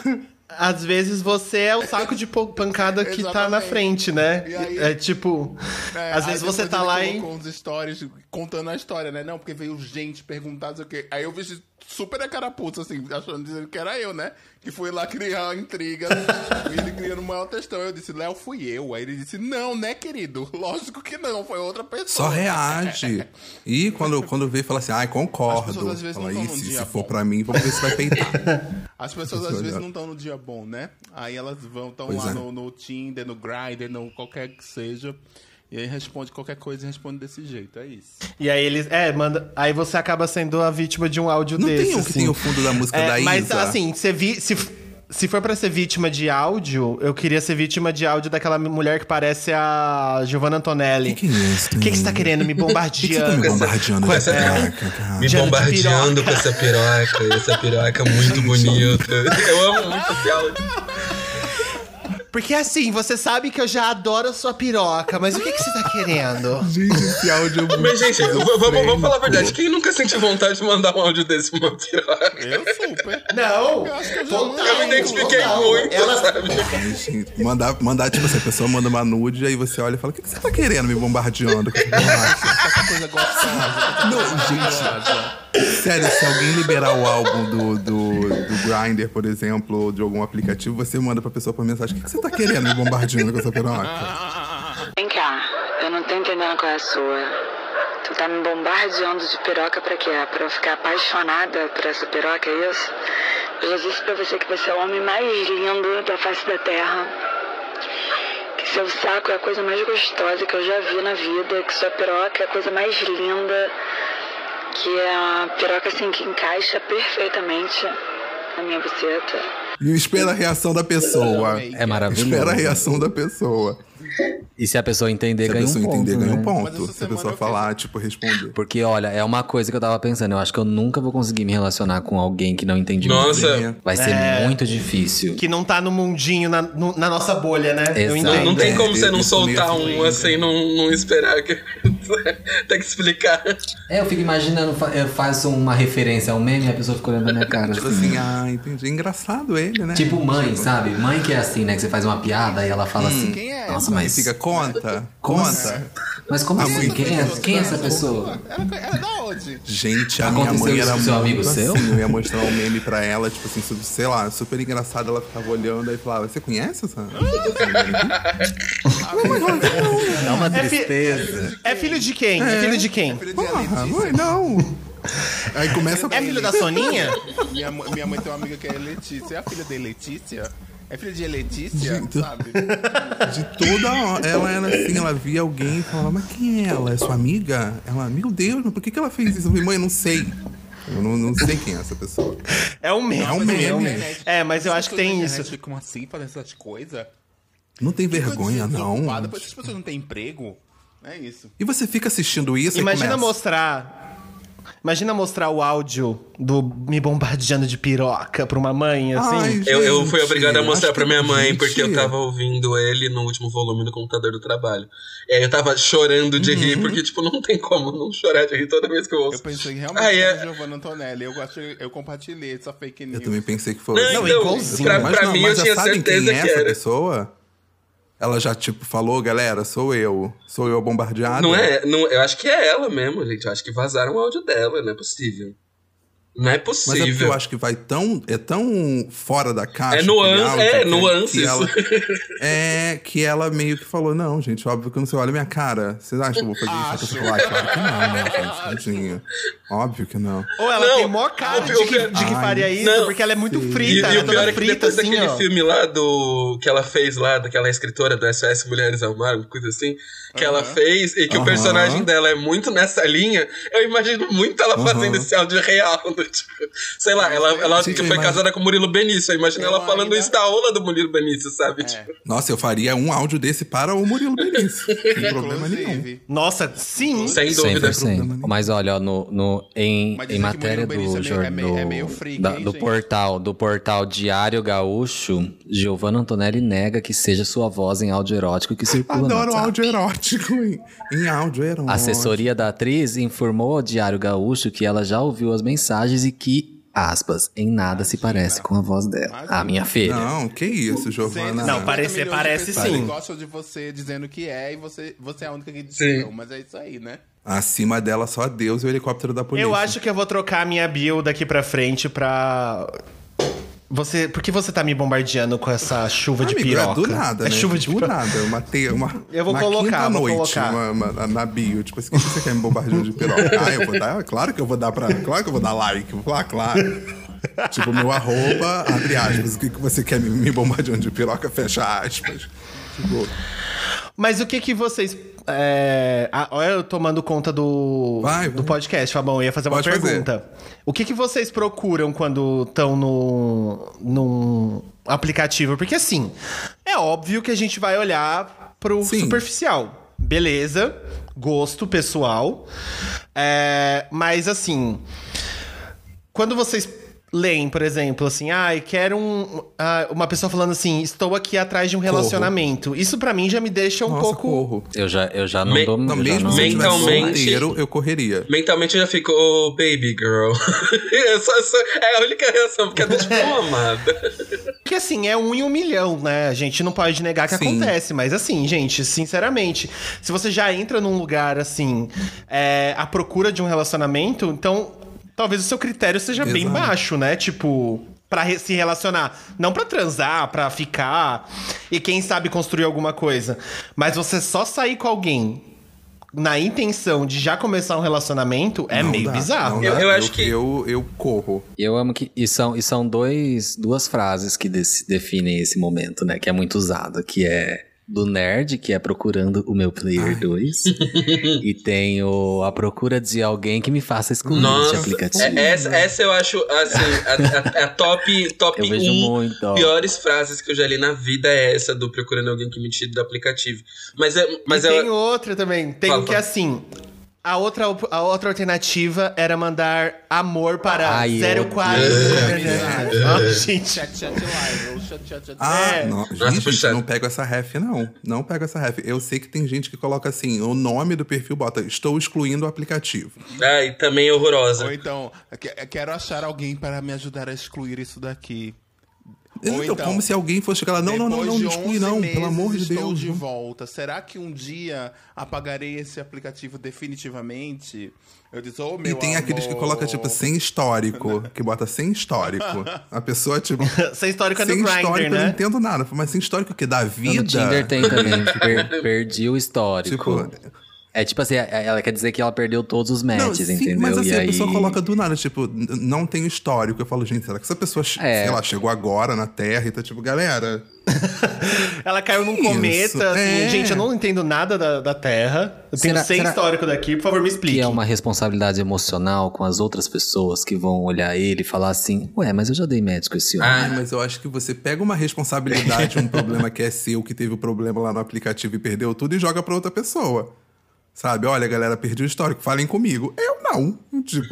Speaker 3: às vezes você é o saco de po- pancada que tá na frente, né?
Speaker 5: E aí-
Speaker 3: é tipo,
Speaker 5: É,
Speaker 3: às
Speaker 5: aí
Speaker 3: vezes você
Speaker 5: depois
Speaker 3: tá
Speaker 5: ele
Speaker 3: lá e...
Speaker 5: colocou uns stories contando a história, né? Não, porque veio gente perguntar, não sei o quê. Aí eu vi super a carapuça, assim, achando, dizendo que era eu, né? Que fui lá criar a intriga. E ele criando uma outra história. Eu disse, Léo, fui eu. Aí ele disse, não, né, querido? Lógico que não, foi outra pessoa.
Speaker 1: Só reage. E quando, quando vê, fala assim, ai,
Speaker 5: As
Speaker 1: concordo.
Speaker 5: pessoas, às vezes,
Speaker 1: Fala,
Speaker 5: não
Speaker 1: "Ih,
Speaker 5: tão num
Speaker 1: se,
Speaker 5: dia
Speaker 1: se for
Speaker 5: bom."
Speaker 1: pra mim, vamos ver se vai peitar.
Speaker 5: As pessoas às vezes não estão no dia bom, né? Aí elas vão, estão
Speaker 1: Pois
Speaker 5: lá
Speaker 1: é.
Speaker 5: no, no Tinder, no Grindr, no qualquer que seja. E aí responde qualquer coisa e responde desse jeito, é isso.
Speaker 3: E aí eles... É, manda... Aí você acaba sendo a vítima de um áudio
Speaker 1: Não
Speaker 3: desse,
Speaker 1: tem um que
Speaker 3: assim.
Speaker 1: tem o fundo da música
Speaker 3: É,
Speaker 1: da
Speaker 3: mas
Speaker 1: Isa?
Speaker 3: assim, você vi, se, se for pra ser vítima de áudio, eu queria ser vítima de áudio daquela mulher que parece a Giovanna Antonelli.
Speaker 1: Que que é isso?
Speaker 3: O que, que você tá querendo? Me
Speaker 1: Por que que você tá
Speaker 3: bombardeando?
Speaker 1: me bombardeando
Speaker 2: com
Speaker 1: de
Speaker 2: essa-
Speaker 1: piroca, cara?
Speaker 2: Me
Speaker 3: de
Speaker 2: bombardeando
Speaker 3: piroca.
Speaker 2: com essa piroca. Essa piroca muito bonita. Eu amo muito esse áudio.
Speaker 3: Porque assim, você sabe que eu já adoro a sua piroca, mas o que, que você tá querendo?
Speaker 1: Gente, esse áudio é muito
Speaker 2: Mas, gente, v- v- vamos, vamos falar a verdade.
Speaker 1: esquizofrênico.
Speaker 2: Quem nunca sentiu vontade de mandar um áudio desse pra uma piroca?
Speaker 5: Eu super.
Speaker 3: Não!
Speaker 5: Eu acho que eu já
Speaker 3: Total,
Speaker 2: Eu me identifiquei
Speaker 3: total.
Speaker 2: muito,
Speaker 3: Ela-
Speaker 2: sabe?
Speaker 1: Ai, gente, mandar, mandar, tipo assim, a pessoa manda uma nude, aí você olha e fala, o que, que você tá querendo me bombardeando? Com essa borracha?"
Speaker 5: Essa coisa gostosa.
Speaker 1: Não, gente, sério, se alguém liberar o álbum do, do, do Grindr, por exemplo, ou de algum aplicativo, você manda pra pessoa por mensagem, o que, que você tá querendo me bombardeando com essa piroca?
Speaker 7: Vem cá, eu não tô entendendo qual é a sua. Tu tá me bombardeando de piroca pra quê? Pra eu ficar apaixonada por essa piroca, é isso? Eu já disse pra você que você é o homem mais lindo da face da terra. Que seu saco é a coisa mais gostosa que eu já vi na vida. Que sua piroca é a coisa mais linda. Que é a piroca assim que encaixa perfeitamente na minha buceta.
Speaker 1: E espera a reação da pessoa.
Speaker 4: É maravilhoso.
Speaker 1: Espera a reação da pessoa.
Speaker 4: E se a pessoa entender,
Speaker 1: Se a
Speaker 4: ganha um
Speaker 1: pessoa
Speaker 4: ponto,
Speaker 1: entender, ganha um
Speaker 4: né?
Speaker 1: ponto.
Speaker 5: Mas essa
Speaker 1: Se a
Speaker 5: semana
Speaker 1: pessoa
Speaker 5: eu
Speaker 1: falar, tipo, responder.
Speaker 4: Porque, olha, é uma coisa que eu tava pensando. Eu acho que eu nunca vou conseguir me relacionar com alguém que não entende
Speaker 2: Nossa.
Speaker 4: muito bem. Vai ser
Speaker 3: É.
Speaker 4: muito difícil.
Speaker 3: Que não tá no mundinho, na, no- na nossa bolha, né? Eu
Speaker 4: Exato.
Speaker 3: entendo.
Speaker 2: Não, não tem
Speaker 1: É,
Speaker 2: como você não
Speaker 1: isso
Speaker 2: soltar
Speaker 1: mesmo.
Speaker 2: um assim, não, não esperar. Que... tem que explicar.
Speaker 4: É, eu fico imaginando, fa- eu faço uma referência ao meme e a pessoa fica olhando na minha cara.
Speaker 1: Tipo
Speaker 4: assim.
Speaker 1: assim, ah, entendi. Engraçado ele, né?
Speaker 4: Tipo mãe, sabe? Mãe que é assim, né? Que você faz uma piada e ela fala assim.
Speaker 5: Quem é
Speaker 4: Nossa,
Speaker 5: essa?
Speaker 4: mas.
Speaker 1: Fica, conta,
Speaker 4: Como
Speaker 1: conta.
Speaker 4: assim? Mas como assim? Quem é, quem é essa pessoa?
Speaker 5: Ela, ela é da onde?
Speaker 1: Gente, a minha
Speaker 4: Aconteceu
Speaker 1: mãe
Speaker 4: isso
Speaker 1: era
Speaker 4: com seu
Speaker 1: muito
Speaker 4: amigo
Speaker 1: assim.
Speaker 4: seu?
Speaker 1: Eu ia mostrar um meme pra ela, tipo assim, sub- sei lá, super engraçado. Ela ficava olhando e falava, você conhece essa?
Speaker 4: Dá uma
Speaker 3: É fi-
Speaker 4: tristeza.
Speaker 3: É filho de quem? É, filho de quem?
Speaker 5: Filha de
Speaker 1: Porra,
Speaker 5: Letícia.
Speaker 1: mãe, não. Aí começa
Speaker 3: É filho da Soninha?
Speaker 5: Minha, mãe- minha mãe tem uma amiga que é Letícia. É a filha de Letícia? É filha de Letícia,
Speaker 1: Gente.
Speaker 5: sabe?
Speaker 1: de toda hora. Ela era assim, ela via alguém e falava, mas quem é ela? É sua amiga? Ela, meu Deus, mas por que, que ela fez isso? Eu falei, mãe, eu não sei. Eu não, não sei quem é essa pessoa.
Speaker 3: É um meme.
Speaker 1: É um meme.
Speaker 3: É, um meme. É, mas eu
Speaker 5: As
Speaker 3: acho que
Speaker 5: pessoas
Speaker 3: tem
Speaker 5: na
Speaker 3: isso.
Speaker 5: internet ficam assim, fazendo essas coisas.
Speaker 1: Não tem vergonha, não.
Speaker 5: Depois as pessoas não têm emprego. É isso.
Speaker 1: E você fica assistindo isso e
Speaker 3: Imagina
Speaker 1: começa.
Speaker 3: mostrar. Imagina mostrar o áudio do me bombardeando de piroca pra uma mãe, assim.
Speaker 1: Ai,
Speaker 2: Eu, eu fui
Speaker 1: gente,
Speaker 2: obrigado a mostrar
Speaker 1: acho
Speaker 2: pra
Speaker 1: que-
Speaker 2: minha mãe,
Speaker 1: gente,
Speaker 2: porque eu tava ouvindo ele no último volume do computador do trabalho. E aí eu tava chorando de
Speaker 1: Uhum.
Speaker 2: rir, porque, tipo, não tem como não chorar de rir toda vez que eu ouço.
Speaker 5: Eu pensei que realmente
Speaker 2: Ah, é.
Speaker 5: era Giovanna Antonelli. Eu, achei, eu compartilhei essa fake news.
Speaker 1: Eu também pensei que foi.
Speaker 2: Não,
Speaker 3: Não,
Speaker 2: então,
Speaker 3: igualzinho.
Speaker 2: pra,
Speaker 1: mas
Speaker 2: pra
Speaker 1: não,
Speaker 2: mim
Speaker 1: mas
Speaker 2: eu
Speaker 1: já
Speaker 2: tinha
Speaker 1: sabem
Speaker 2: certeza
Speaker 1: quem é
Speaker 2: que
Speaker 1: essa
Speaker 2: era.
Speaker 1: pessoa? Ela já, tipo, falou, galera, sou eu. Sou eu a bombardeada.
Speaker 2: Não é? Não, eu acho que é ela mesmo, gente. Eu acho que vazaram o áudio dela, não é possível. Não é
Speaker 1: Mas
Speaker 2: possível.
Speaker 1: é porque eu acho que vai tão... É tão fora da caixa.
Speaker 2: É
Speaker 1: aquele
Speaker 2: nuance,
Speaker 1: áudio,
Speaker 2: é,
Speaker 1: que-
Speaker 2: nuances.
Speaker 1: que ela- É, que ela meio que falou, não, gente, óbvio que não sei, olha minha cara. Vocês acham que eu vou fazer isso?
Speaker 5: Acho.
Speaker 1: Eu falei, claro que não, né, gente? Tadinha. Óbvio que não.
Speaker 3: Ou ela
Speaker 2: Não,
Speaker 3: tem mó cara
Speaker 2: o
Speaker 3: de
Speaker 2: pior-
Speaker 3: que, de que
Speaker 1: Ai,
Speaker 3: faria isso,
Speaker 2: não.
Speaker 3: porque ela é muito
Speaker 1: Sim.
Speaker 3: frita,
Speaker 2: E,
Speaker 3: ela
Speaker 2: e
Speaker 3: é
Speaker 2: o pior
Speaker 3: toda
Speaker 2: é que
Speaker 3: frita,
Speaker 2: depois
Speaker 3: assim,
Speaker 2: daquele
Speaker 3: ó.
Speaker 2: filme lá do que ela fez lá, daquela escritora do S O S Mulheres ao Mar, uma coisa assim, que ela fez, e que o
Speaker 1: Aham.
Speaker 2: personagem dela é muito nessa linha, eu imagino muito ela
Speaker 1: Aham.
Speaker 2: fazendo esse áudio real. Do, tipo, sei lá, ela, ela
Speaker 1: Gente,
Speaker 2: foi
Speaker 1: eu imagino-
Speaker 2: casada com o Murilo Benício, eu imagino
Speaker 5: Eu
Speaker 2: ela falando
Speaker 5: ainda-
Speaker 2: isso da aula do Murilo Benício, sabe?
Speaker 5: É.
Speaker 2: Tipo,
Speaker 1: Nossa, eu faria um áudio desse para o Murilo Benício. Sem problema nenhum.
Speaker 5: Inclusive.
Speaker 3: Nossa, sim.
Speaker 2: sem dúvida.
Speaker 4: cem por cento. Mas olha, ó, no, no, em,
Speaker 5: Mas
Speaker 4: em
Speaker 5: dizem que
Speaker 4: matéria
Speaker 5: Murilo
Speaker 4: do
Speaker 5: Benício é meio-
Speaker 4: jornal
Speaker 5: é meio freak,
Speaker 4: da-
Speaker 5: hein,
Speaker 4: do
Speaker 5: gente?
Speaker 4: portal, do portal Diário Gaúcho, Giovanna Antonelli nega que seja sua voz em áudio erótico que circula no
Speaker 1: Adoro
Speaker 4: WhatsApp.
Speaker 1: áudio erótico, em, em áudio erótico.
Speaker 4: A assessoria da atriz informou ao Diário Gaúcho que ela já ouviu as mensagens e que aspas, em nada se parece com a voz dela.
Speaker 5: Imagina.
Speaker 4: A minha filha.
Speaker 1: Não, que isso, Giovana.
Speaker 3: Não, parecer parece sim.
Speaker 5: Gostam de você dizendo que é e você, você é a única que diz que não, mas é isso aí, né?
Speaker 1: Acima dela, só Deus e o helicóptero da polícia.
Speaker 3: Eu acho que eu vou trocar a minha bio daqui pra frente pra... Você, por que você tá me bombardeando com essa chuva de
Speaker 1: Amigo,
Speaker 3: piroca?
Speaker 1: é do nada,
Speaker 3: É
Speaker 1: né?
Speaker 3: chuva de
Speaker 1: do
Speaker 3: piroca.
Speaker 1: nada. Uma, te, uma,
Speaker 3: Eu vou
Speaker 1: uma
Speaker 3: colocar, vou
Speaker 1: noite,
Speaker 3: colocar.
Speaker 1: uma, uma, na bio. Tipo assim, o que você quer me bombardeando de piroca? Ah, eu vou dar... Claro que eu vou dar pra... Claro que eu vou dar like. Vou falar, claro. Tipo, meu arroba, abre aspas. O que, que você quer me, me bombardeando de piroca? Fecha aspas. Tipo...
Speaker 3: Mas o que que vocês... É... Ah, olha eu tomando conta do,
Speaker 1: Vai, vai.
Speaker 3: do podcast, Fabão. Eu ia fazer uma
Speaker 1: Pode fazer.
Speaker 3: pergunta. O que que vocês procuram quando estão no, num aplicativo? Porque assim, é óbvio que a gente vai olhar pro
Speaker 1: Sim.
Speaker 3: superficial. Beleza, gosto pessoal. É... Mas assim, quando vocês... leem, por exemplo, assim, ai, ah, quero um... Ah, uma pessoa falando assim, estou aqui atrás de um relacionamento. Isso pra mim já me deixa um
Speaker 1: Nossa,
Speaker 3: pouco...
Speaker 1: corro.
Speaker 4: Eu já, eu já não
Speaker 2: Me-
Speaker 4: dou...
Speaker 1: Não,
Speaker 4: eu já
Speaker 1: mesmo
Speaker 4: não...
Speaker 1: se eu tivesse
Speaker 2: Mentalmente-
Speaker 1: solteiro, eu correria.
Speaker 2: Mentalmente eu já fico, oh, baby girl. Eu só- só- é a única reação, porque é do tipo, oh, amada.
Speaker 3: Porque assim, é um em um milhão, né? A gente não pode negar que
Speaker 1: Sim.
Speaker 3: acontece. Mas assim, gente, sinceramente, se você já entra num lugar assim, é, à procura de um relacionamento, então talvez o seu critério seja bem
Speaker 1: Exato.
Speaker 3: baixo, né? Tipo, pra re- se relacionar. Não pra transar, pra ficar e quem sabe construir alguma coisa. Mas você só sair com alguém na intenção de já começar um relacionamento é
Speaker 1: Não
Speaker 3: meio
Speaker 1: dá,
Speaker 3: bizarro.
Speaker 1: não
Speaker 2: Eu-
Speaker 1: dá.
Speaker 2: eu acho que-
Speaker 1: Eu, eu corro.
Speaker 4: Eu amo que... E são, e são dois, duas frases que des- definem esse momento, né? Que é muito usado, que é... Do nerd, que é procurando o meu player dois. E tem o, a procura de alguém que me faça excluir esse
Speaker 2: Nossa,
Speaker 4: aplicativo.
Speaker 2: é- essa, essa eu acho, assim, a, a- a top, top
Speaker 4: Eu vejo
Speaker 2: um
Speaker 4: muito, ó.
Speaker 2: piores frases que eu já li na vida é essa do procurando alguém que me tire do aplicativo. Mas, é, mas
Speaker 3: e
Speaker 2: eu...
Speaker 3: tem outra também. Tem
Speaker 2: Fala,
Speaker 3: um que
Speaker 2: fala.
Speaker 3: assim. A outra, a outra alternativa era mandar amor para
Speaker 4: Ai, eu
Speaker 3: zero quatro.
Speaker 1: odeio.
Speaker 3: Ah, gente.
Speaker 5: Chat, chat live, ou chat, chat, chat.
Speaker 1: Ah,
Speaker 3: É.
Speaker 1: não.
Speaker 2: Nossa,
Speaker 1: Gente,
Speaker 2: puxado.
Speaker 1: não pego essa ref, não. Não pego essa ref. Eu sei que tem gente que coloca assim, o nome do perfil bota, estou excluindo o aplicativo.
Speaker 2: Ai, também horrorosa.
Speaker 5: Ou então, que- quero achar alguém para me ajudar a excluir isso daqui.
Speaker 1: Então,
Speaker 5: Ou então,
Speaker 1: como se alguém fosse chegar lá, não, não, não,
Speaker 5: Depois
Speaker 1: não,
Speaker 5: de
Speaker 1: me exclui
Speaker 5: onze
Speaker 1: não,
Speaker 5: meses
Speaker 1: pelo amor de
Speaker 5: estou
Speaker 1: Deus.
Speaker 5: de
Speaker 1: não.
Speaker 5: volta. Será que um dia apagarei esse aplicativo definitivamente? Eu disse, oh,
Speaker 1: E
Speaker 5: meu
Speaker 1: tem aqueles que
Speaker 5: amor.
Speaker 1: colocam, tipo, sem histórico, que bota sem histórico. A pessoa, tipo...
Speaker 3: Sem histórico é no
Speaker 1: sem
Speaker 3: Grindr,
Speaker 1: histórico eu não
Speaker 3: né?
Speaker 1: entendo nada. Mas sem histórico o quê? Da vida?
Speaker 4: No Tinder tem também. Per- perdi o histórico.
Speaker 1: Tipo...
Speaker 4: É tipo assim, ela quer dizer que ela perdeu todos os
Speaker 1: Não,
Speaker 4: matches,
Speaker 1: sim,
Speaker 4: entendeu?
Speaker 1: mas assim,
Speaker 4: e
Speaker 1: a
Speaker 4: aí...
Speaker 1: pessoa coloca do nada, tipo, n- não tem histórico. Eu falo, gente, será que essa pessoa, che-
Speaker 4: É.
Speaker 1: sei lá, chegou agora na Terra e tá tipo, galera...
Speaker 3: Ela caiu num
Speaker 1: Isso,
Speaker 3: cometa, assim.
Speaker 1: é.
Speaker 3: Gente, eu não entendo nada da, da Terra. Eu tenho
Speaker 4: Será-
Speaker 3: sem
Speaker 4: será-
Speaker 3: histórico daqui, por favor, me explique.
Speaker 4: Que é uma responsabilidade emocional com as outras pessoas que vão olhar ele e falar assim, ué, mas eu já dei match com esse homem.
Speaker 2: Ah,
Speaker 1: Ai, mas eu acho que você pega uma responsabilidade, um problema que é seu, que teve o problema lá no aplicativo e perdeu tudo e joga pra outra pessoa. Sabe? Olha, galera, perdi o histórico, falem comigo. Eu não. Tipo,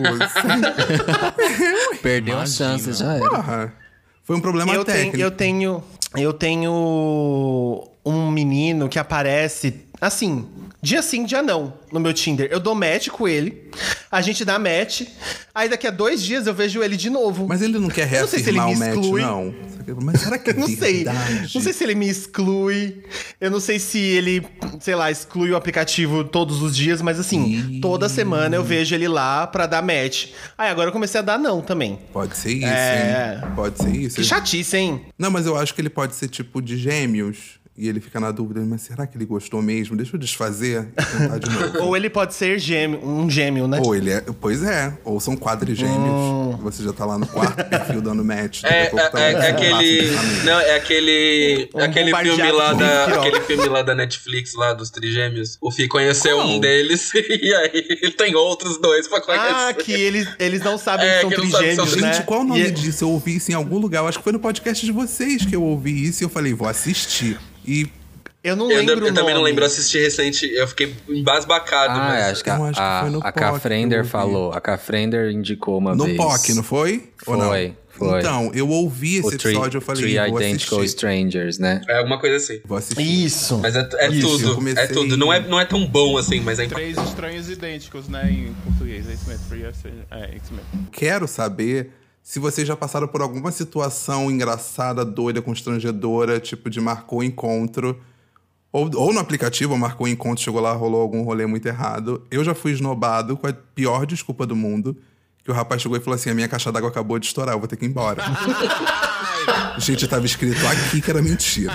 Speaker 1: assim,
Speaker 4: Perdeu a chance, já era.
Speaker 1: porra. Foi um problema
Speaker 3: eu
Speaker 1: técnico.
Speaker 3: tenho, eu tenho. Eu tenho um menino que aparece assim, dia sim, dia não, no meu Tinder. Eu dou match com ele, a gente dá match, aí daqui a dois dias eu vejo ele de novo.
Speaker 1: Mas ele não quer
Speaker 3: Eu não sei se ele
Speaker 1: reafirmar
Speaker 3: me
Speaker 1: o match,
Speaker 3: exclui.
Speaker 1: não. Mas será que é
Speaker 3: Eu não sei.
Speaker 1: verdade?
Speaker 3: Não sei se ele me exclui. Eu não sei se ele, sei lá, exclui o aplicativo todos os dias, mas assim, toda semana eu vejo ele lá pra dar match. Aí agora eu comecei a dar não também.
Speaker 1: Pode ser isso,
Speaker 3: É.
Speaker 1: hein? Pode ser isso.
Speaker 3: Que chatice, hein?
Speaker 1: Não, mas eu acho que ele pode ser tipo de gêmeos. E ele fica na dúvida, mas será que ele gostou mesmo? Deixa eu desfazer e tentar de novo.
Speaker 3: Ou ele pode ser gêmeo, um gêmeo, né?
Speaker 1: Ou ele é. Pois é. Ou são quadrigêmeos. Você já tá lá no quarto perfil dando match. daqui
Speaker 2: É,
Speaker 1: a pouco tá
Speaker 2: é,
Speaker 1: um
Speaker 2: é aquele.
Speaker 1: laço de família.
Speaker 2: Não, é aquele.
Speaker 3: Um
Speaker 2: aquele filme
Speaker 3: bombardeado
Speaker 2: lá
Speaker 3: com
Speaker 2: da.
Speaker 3: piroca.
Speaker 2: Aquele filme lá da Netflix, lá dos trigêmeos. O Fih conheceu
Speaker 1: Qual?
Speaker 2: um deles e aí ele tem outros dois pra conhecer.
Speaker 3: Ah, que eles, eles não sabem
Speaker 2: É,
Speaker 3: que são
Speaker 2: que não sabem que são
Speaker 3: trigêmeos, né?
Speaker 1: Gente, qual o nome
Speaker 3: E-
Speaker 1: disso? Eu ouvi isso em algum lugar. Eu acho que foi no podcast de vocês que eu ouvi isso. E eu falei, vou assistir. E
Speaker 3: Eu não
Speaker 2: Eu,
Speaker 3: lembro
Speaker 2: eu
Speaker 3: o
Speaker 2: também não
Speaker 3: nome.
Speaker 2: lembro, eu assisti recente, eu fiquei embasbacado.
Speaker 4: Ah,
Speaker 2: mas...
Speaker 4: acho que a,
Speaker 1: eu acho que
Speaker 4: a,
Speaker 1: foi no
Speaker 4: a
Speaker 1: P O C que eu
Speaker 4: Cafrender
Speaker 1: ouvi.
Speaker 4: falou. A Cafrender indicou uma
Speaker 1: no
Speaker 4: vez.
Speaker 1: P O C, não foi? Ou não?
Speaker 4: Foi, foi.
Speaker 1: Então, eu ouvi esse
Speaker 4: O Three,
Speaker 1: episódio, eu falei,
Speaker 4: Three
Speaker 1: vou
Speaker 4: Identical
Speaker 1: assistir.
Speaker 4: Strangers, né?
Speaker 2: É alguma coisa assim.
Speaker 1: Vou assistir.
Speaker 3: Isso.
Speaker 2: Mas é, é
Speaker 1: Isso, eu
Speaker 2: tudo,
Speaker 1: comecei-
Speaker 2: é tudo. Não é, não é tão bom assim, mas é impactante.
Speaker 5: Três estranhos idênticos, né, em português. É isso mesmo. Three are strange- É, isso mesmo.
Speaker 1: Quero saber se vocês já passaram por alguma situação engraçada, doida, constrangedora, tipo de marcou encontro, ou, ou no aplicativo, marcou encontro, chegou lá, rolou algum rolê muito errado. Eu já fui esnobado com a pior desculpa do mundo, que o rapaz chegou e falou assim, a minha caixa d'água acabou de estourar, eu vou ter que ir embora. Gente, tava escrito aqui que era mentira.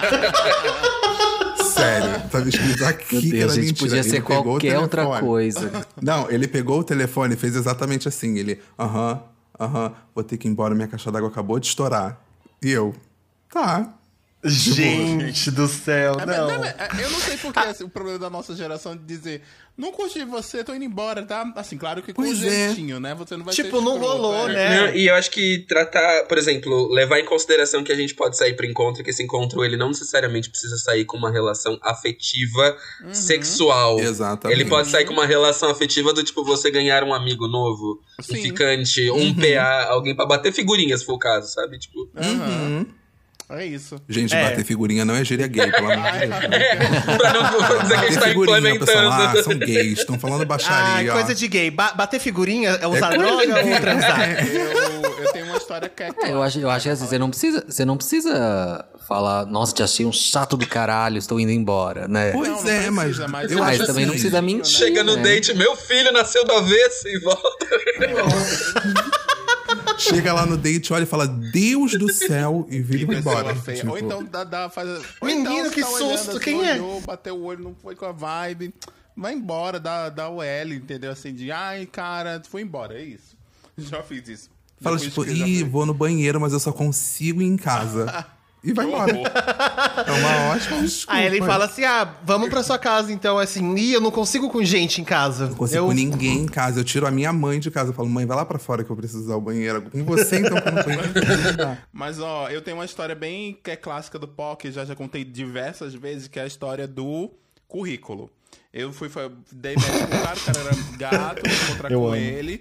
Speaker 1: Sério, tava escrito aqui
Speaker 4: Meu
Speaker 1: que
Speaker 4: Deus,
Speaker 1: era
Speaker 4: gente,
Speaker 1: mentira.
Speaker 4: podia
Speaker 1: Ele
Speaker 4: ser
Speaker 1: pegou o
Speaker 4: qualquer outra
Speaker 1: telefone.
Speaker 4: coisa.
Speaker 1: Não, ele pegou o telefone e fez exatamente assim. Ele, aham, aham, vou ter que ir embora, minha caixa d'água acabou de estourar. E eu, tá.
Speaker 3: Gente do céu,
Speaker 5: É, mas,
Speaker 3: não.
Speaker 5: não, é, eu não sei porque assim, o problema da nossa geração de dizer não curti você, tô indo embora, tá? Assim, claro que com
Speaker 1: Pois é.
Speaker 5: jeitinho, né? Você não vai
Speaker 3: Tipo,
Speaker 5: ser
Speaker 3: não
Speaker 5: escroto,
Speaker 3: rolou,
Speaker 5: é.
Speaker 3: né?
Speaker 2: Não, e eu acho que tratar, por exemplo, levar em consideração que a gente pode sair pro encontro, que esse encontro ele não necessariamente precisa sair com uma relação afetiva, sexual.
Speaker 1: Exatamente.
Speaker 2: Ele pode sair com uma relação afetiva do tipo você ganhar um amigo novo, um
Speaker 5: Sim.
Speaker 2: ficante, um P A, alguém pra bater figurinha, se for o caso, sabe? Tipo,
Speaker 5: Aham. É isso.
Speaker 1: Gente,
Speaker 3: É.
Speaker 1: bater figurinha não é gíria gay, pelo amor de Deus.
Speaker 2: pra não dizer que a gente
Speaker 1: Bater
Speaker 2: tá
Speaker 1: figurinha, o pessoal,
Speaker 2: implementando.
Speaker 1: ah, são gays, estão falando
Speaker 3: Ah,
Speaker 1: baixaria. ó.
Speaker 3: coisa de gay. Ba- bater figurinha é usar
Speaker 1: É coisa
Speaker 3: droga
Speaker 1: de-
Speaker 3: ou transar?
Speaker 5: Eu, eu tenho uma história que é
Speaker 4: É, eu acho, eu acho que assim, você não precisa, você não precisa falar, nossa, te achei um chato do caralho, estou indo embora, né?
Speaker 1: Pois
Speaker 5: Não, não
Speaker 1: é, mas,
Speaker 5: precisa, mas
Speaker 1: eu
Speaker 5: mas
Speaker 1: acho
Speaker 4: Mas também não
Speaker 1: assim,
Speaker 4: precisa mentir.
Speaker 2: Chega no
Speaker 4: né?
Speaker 2: date, meu filho nasceu do avesso e volta.
Speaker 1: Chega lá no date, olha e fala, Deus do céu, e vira e vai
Speaker 5: pessoa
Speaker 1: embora.
Speaker 5: feia.
Speaker 1: Tipo,
Speaker 5: Ou então dá, dá faz. Ou
Speaker 3: Menino,
Speaker 5: então, você
Speaker 3: que
Speaker 5: tá olhando
Speaker 3: susto,
Speaker 5: assim,
Speaker 3: quem é?
Speaker 5: olhou, bateu o olho, não foi com a vibe. Vai embora, dá, dá o L, entendeu? Assim, de ai, cara, foi embora, é isso. Já fiz isso.
Speaker 1: fala
Speaker 5: Depois
Speaker 1: tipo,
Speaker 5: que eu já
Speaker 1: ih,
Speaker 5: fui-
Speaker 1: vou no banheiro, mas eu só consigo ir em casa. E vai
Speaker 5: Que
Speaker 1: embora.
Speaker 5: horror.
Speaker 1: É uma ótima desculpa.
Speaker 3: Aí ele fala assim, ah, vamos pra sua casa então, assim, ih, eu não consigo com gente em casa.
Speaker 1: Não consigo
Speaker 3: eu...
Speaker 1: com ninguém em casa. Eu tiro a minha mãe de casa. Eu falo, mãe, vai lá pra fora que eu preciso usar o banheiro. Com você, então, que eu não conheço.
Speaker 5: Mas, ó, eu tenho uma história bem que é clássica do P O C, já já contei diversas vezes, que é a história do currículo. Eu fui, foi, dei match com o cara, o cara era gato, fui encontrar
Speaker 3: Eu
Speaker 5: com
Speaker 3: amo.
Speaker 5: ele.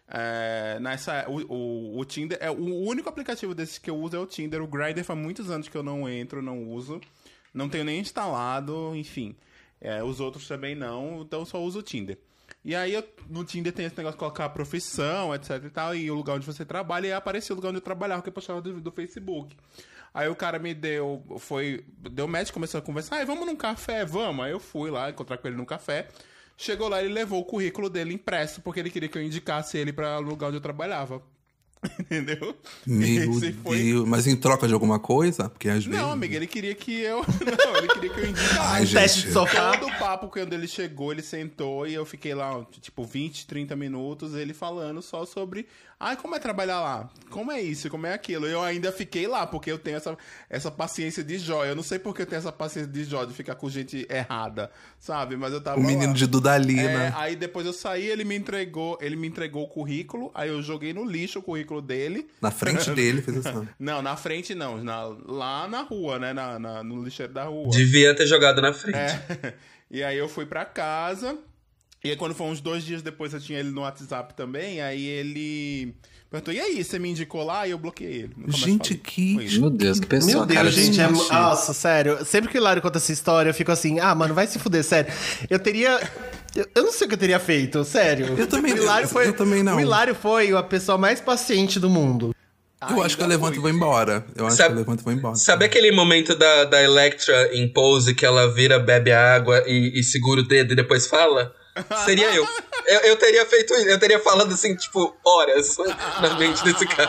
Speaker 5: É, nessa, o, o, o Tinder, é, o único aplicativo desses que eu uso é o Tinder. O Grindr faz muitos anos que eu não entro, não uso. Não tenho nem instalado, enfim. É, os outros também não, então eu só uso o Tinder. E aí, eu, no Tinder tem esse negócio de colocar a profissão, etc e tal, e o lugar onde você trabalha, e aí apareceu o lugar onde eu trabalhava, que eu postava do, do Facebook. Aí o cara me deu, foi, deu match, começou a conversar, ah, vamos num café, vamos. Aí eu fui lá, encontrar com ele num café. Chegou lá, ele levou o currículo dele impresso, porque ele queria que eu indicasse ele pra lugar onde eu trabalhava. Entendeu?
Speaker 1: Meu
Speaker 5: Esse foi-
Speaker 1: Deus. Mas em troca de alguma coisa? Porque às vezes...
Speaker 5: Não, amigo, ele queria que eu... Não, ele queria que eu indicasse.
Speaker 1: Ai,
Speaker 3: Um
Speaker 1: gente.
Speaker 3: teste de sofá.
Speaker 5: Todo o papo, quando ele chegou, ele sentou e eu fiquei lá, tipo, vinte, trinta minutos, ele falando só sobre... Ai, como é trabalhar lá? Como é isso? Como é aquilo? Eu ainda fiquei lá, porque eu tenho essa, essa paciência de Jó. Eu não sei porque eu tenho essa paciência de Jó, de ficar com gente errada, sabe? Mas eu tava
Speaker 1: O menino
Speaker 5: lá.
Speaker 1: de Dudalina.
Speaker 5: É, aí depois eu saí, ele me entregou, ele me entregou o currículo, aí eu joguei no lixo o currículo dele.
Speaker 1: Na frente dele, fez assim.
Speaker 5: Não, na frente não, na- lá na rua, né? Na, na- no lixeiro da rua.
Speaker 2: Devia ter jogado na frente.
Speaker 5: É. E aí eu fui pra casa. E aí quando foi uns dois dias depois eu tinha ele no WhatsApp também. Aí ele perguntou, e aí, você me indicou lá? E eu bloqueei ele. Nunca mais
Speaker 1: Gente,
Speaker 5: falei
Speaker 1: que-
Speaker 5: com ele.
Speaker 4: Meu Deus, que pessoa,
Speaker 3: Meu Deus,
Speaker 4: cara.
Speaker 3: gente, é...
Speaker 1: gente.
Speaker 3: Nossa, sério. Sempre que o Hilário conta essa história, eu fico assim, ah, mano, vai se fuder, sério. Eu teria... Eu, eu não sei o que eu teria feito, sério.
Speaker 1: Eu também-
Speaker 3: O Hilário
Speaker 1: eu-
Speaker 3: foi...
Speaker 1: eu também não.
Speaker 3: O Hilário foi a pessoa mais paciente do mundo.
Speaker 1: Eu acho que eu
Speaker 5: Ainda
Speaker 1: levanto e
Speaker 5: fui.
Speaker 1: vou embora. Eu acho
Speaker 2: Sabe-
Speaker 1: que eu levanto e vou embora.
Speaker 2: Sabe aquele momento da, da Electra em Pose que ela vira, bebe a água e, e segura o dedo e depois fala? Seria eu. eu. Eu teria feito isso. Eu teria falado assim, tipo, horas na mente desse cara.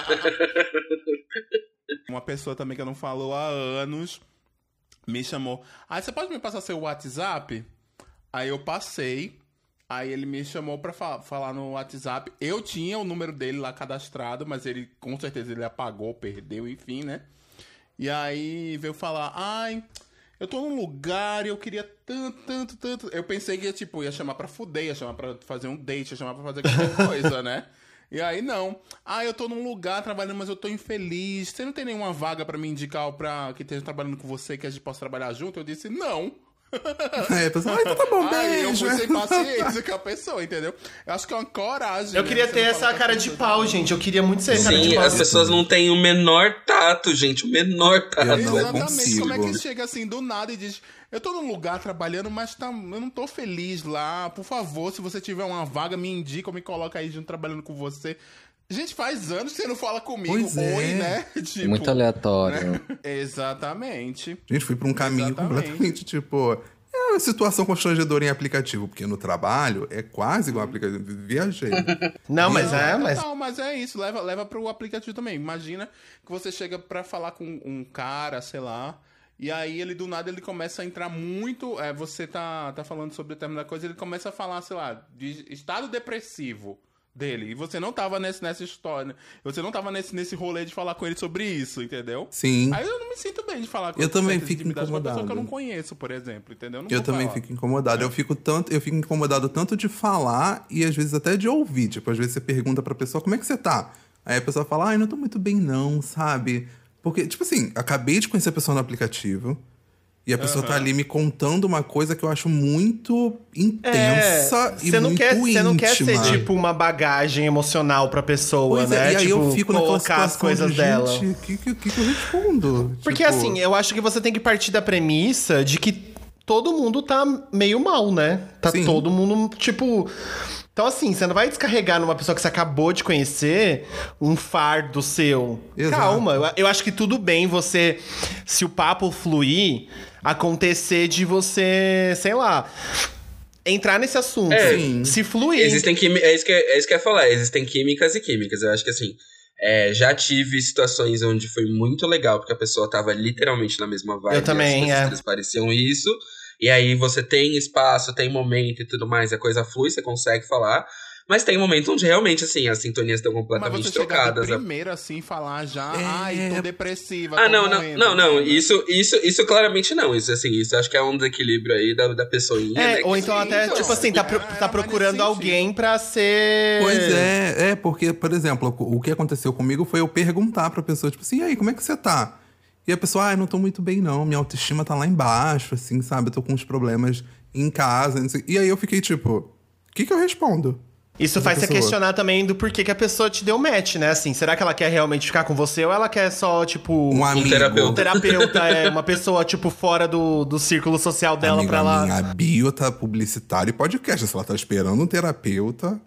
Speaker 5: Uma pessoa também que eu não falo há anos me chamou. Ah, você pode me passar seu WhatsApp? Aí eu passei. Aí ele me chamou pra fa- falar no WhatsApp. Eu tinha o número dele lá cadastrado, mas ele, com certeza, ele apagou, perdeu, enfim, né? E aí veio falar, ai, eu tô num lugar e eu queria tanto, tanto, tanto. Eu pensei que ia, tipo, ia chamar pra fuder, ia chamar pra fazer um date, ia chamar pra fazer qualquer coisa, né? E aí, não. Ah, eu tô num lugar trabalhando, mas eu tô infeliz. Você não tem nenhuma vaga pra me indicar pra que esteja trabalhando com você que a gente possa trabalhar junto? Eu disse, não.
Speaker 1: Aí a pessoa, ah, então tá bom,
Speaker 5: Aí eu
Speaker 1: beijo.
Speaker 5: fui sem paciência com a pessoa, entendeu? Eu acho que é uma coragem.
Speaker 3: Eu
Speaker 5: né?
Speaker 3: queria
Speaker 5: Você
Speaker 3: ter
Speaker 5: não
Speaker 3: essa
Speaker 5: fala com a
Speaker 3: cara de
Speaker 5: pessoa.
Speaker 3: pau, gente. Eu queria muito ser cara de
Speaker 2: Sim,
Speaker 3: pau.
Speaker 2: as pessoas não têm o menor tato, gente. O menor tato.
Speaker 1: Eu não
Speaker 5: Exatamente.
Speaker 1: consigo.
Speaker 5: Como é que chega assim do nada e diz: eu tô num lugar trabalhando, mas tá, eu não tô feliz lá. Por favor, se você tiver uma vaga, me indica ou me coloca aí junto trabalhando com você. Gente, faz anos que você não fala comigo.
Speaker 1: Pois é.
Speaker 5: Oi, né? Tipo,
Speaker 4: Muito aleatório.
Speaker 5: né? Exatamente.
Speaker 1: Gente, fui pra um caminho
Speaker 5: Exatamente.
Speaker 1: completamente, tipo... É uma situação constrangedora em aplicativo, porque no trabalho é quase igual um aplicativo. Viajei.
Speaker 3: Não, mas
Speaker 5: Não,
Speaker 3: é, mas...
Speaker 5: Total, mas é isso. Leva, leva pro aplicativo também. Imagina que você chega pra falar com um cara, sei lá... E aí ele, do nada, ele começa a entrar muito... É, você tá, tá falando sobre determinada coisa, ele começa a falar, sei lá, de estado depressivo dele. E você não tava nesse, nessa história. Você não tava nesse, nesse rolê de falar com ele sobre isso, entendeu?
Speaker 1: Sim.
Speaker 5: Aí eu não me sinto bem de falar com
Speaker 1: Eu também
Speaker 5: certa
Speaker 1: fico
Speaker 5: intimidade com uma pessoa
Speaker 1: incomodado.
Speaker 5: que eu não conheço, por exemplo, entendeu? Não
Speaker 1: Eu
Speaker 5: vou
Speaker 1: também
Speaker 5: falar.
Speaker 1: fico incomodado. Eu fico tanto, eu fico incomodado tanto de falar e às vezes até de ouvir. Tipo, às vezes você pergunta pra pessoa, como é que você tá? Aí a pessoa fala, ai, não tô muito bem não, sabe? Porque, tipo assim, acabei de conhecer a pessoa no aplicativo e a pessoa
Speaker 5: Aham.
Speaker 1: tá ali me contando uma coisa que eu acho muito intensa e
Speaker 3: Você não
Speaker 1: muito
Speaker 3: quer,
Speaker 1: íntima.
Speaker 3: você não quer ser, tipo, uma bagagem emocional pra pessoa,
Speaker 1: Pois
Speaker 3: né?
Speaker 1: é, e aí
Speaker 3: tipo,
Speaker 1: eu fico naquela
Speaker 3: colocar as
Speaker 1: situação
Speaker 3: coisas
Speaker 1: de,
Speaker 3: dela.
Speaker 1: gente, o que, que, que, que eu respondo?
Speaker 3: Porque
Speaker 1: Tipo,
Speaker 3: assim, eu acho que você tem que partir da premissa de que todo mundo tá meio mal, né? Tá
Speaker 1: Sim.
Speaker 3: todo mundo, tipo... Então assim, você não vai descarregar numa pessoa que você acabou de conhecer um fardo seu.
Speaker 1: Exato.
Speaker 3: Calma, eu, eu acho que tudo bem você, se o papo fluir, acontecer de você, sei lá... Entrar nesse assunto,
Speaker 2: É.
Speaker 3: sim. Se fluir.
Speaker 2: Existem quimi- é, isso que, é isso que eu ia falar, existem químicas e químicas. Eu acho que assim, é, já tive situações onde foi muito legal, porque a pessoa tava literalmente na mesma vibe.
Speaker 3: Eu também,
Speaker 2: as coisas
Speaker 3: é.
Speaker 2: Eles pareciam isso. E aí você tem espaço, tem momento e tudo mais, a coisa flui, você consegue falar. Mas tem momento onde realmente, assim, as sintonias estão
Speaker 5: Mas
Speaker 2: completamente
Speaker 5: você chegar de
Speaker 2: trocadas.
Speaker 5: primeiro, assim, falar já, ai, tô depressiva,
Speaker 2: Ah,
Speaker 5: tô
Speaker 2: não, não,
Speaker 5: morrendo,
Speaker 2: não, não,
Speaker 5: né?
Speaker 2: isso, isso, isso claramente não. Isso, assim, isso acho que é um desequilíbrio aí da, da pessoinha.
Speaker 3: É,
Speaker 2: né,
Speaker 3: ou
Speaker 2: que-
Speaker 3: então
Speaker 5: sim,
Speaker 3: até,
Speaker 5: então.
Speaker 3: tipo assim, tá, pro-
Speaker 5: É,
Speaker 3: tá
Speaker 5: mas nesse
Speaker 3: procurando
Speaker 5: sentido.
Speaker 3: alguém pra ser...
Speaker 1: Pois é, é, porque, por exemplo, o que aconteceu comigo foi eu perguntar pra pessoa, tipo assim, e aí, como é que você tá? E a pessoa, ah, eu não tô muito bem não, minha autoestima tá lá embaixo, assim, sabe? Eu tô com uns problemas em casa, não sei. E aí eu fiquei tipo, o que que eu respondo?
Speaker 3: Isso
Speaker 1: Essa
Speaker 3: faz você
Speaker 1: pessoa.
Speaker 3: questionar também do porquê que a pessoa te deu match, né? Assim, será que ela quer realmente ficar com você ou ela quer só, tipo...
Speaker 1: Um amigo.
Speaker 2: terapeuta.
Speaker 3: Um terapeuta, é uma pessoa, tipo, fora do, do círculo social dela
Speaker 1: Amiga
Speaker 3: pra ela...
Speaker 1: minha, a bio tá publicitário e podcast. Se ela tá esperando um terapeuta,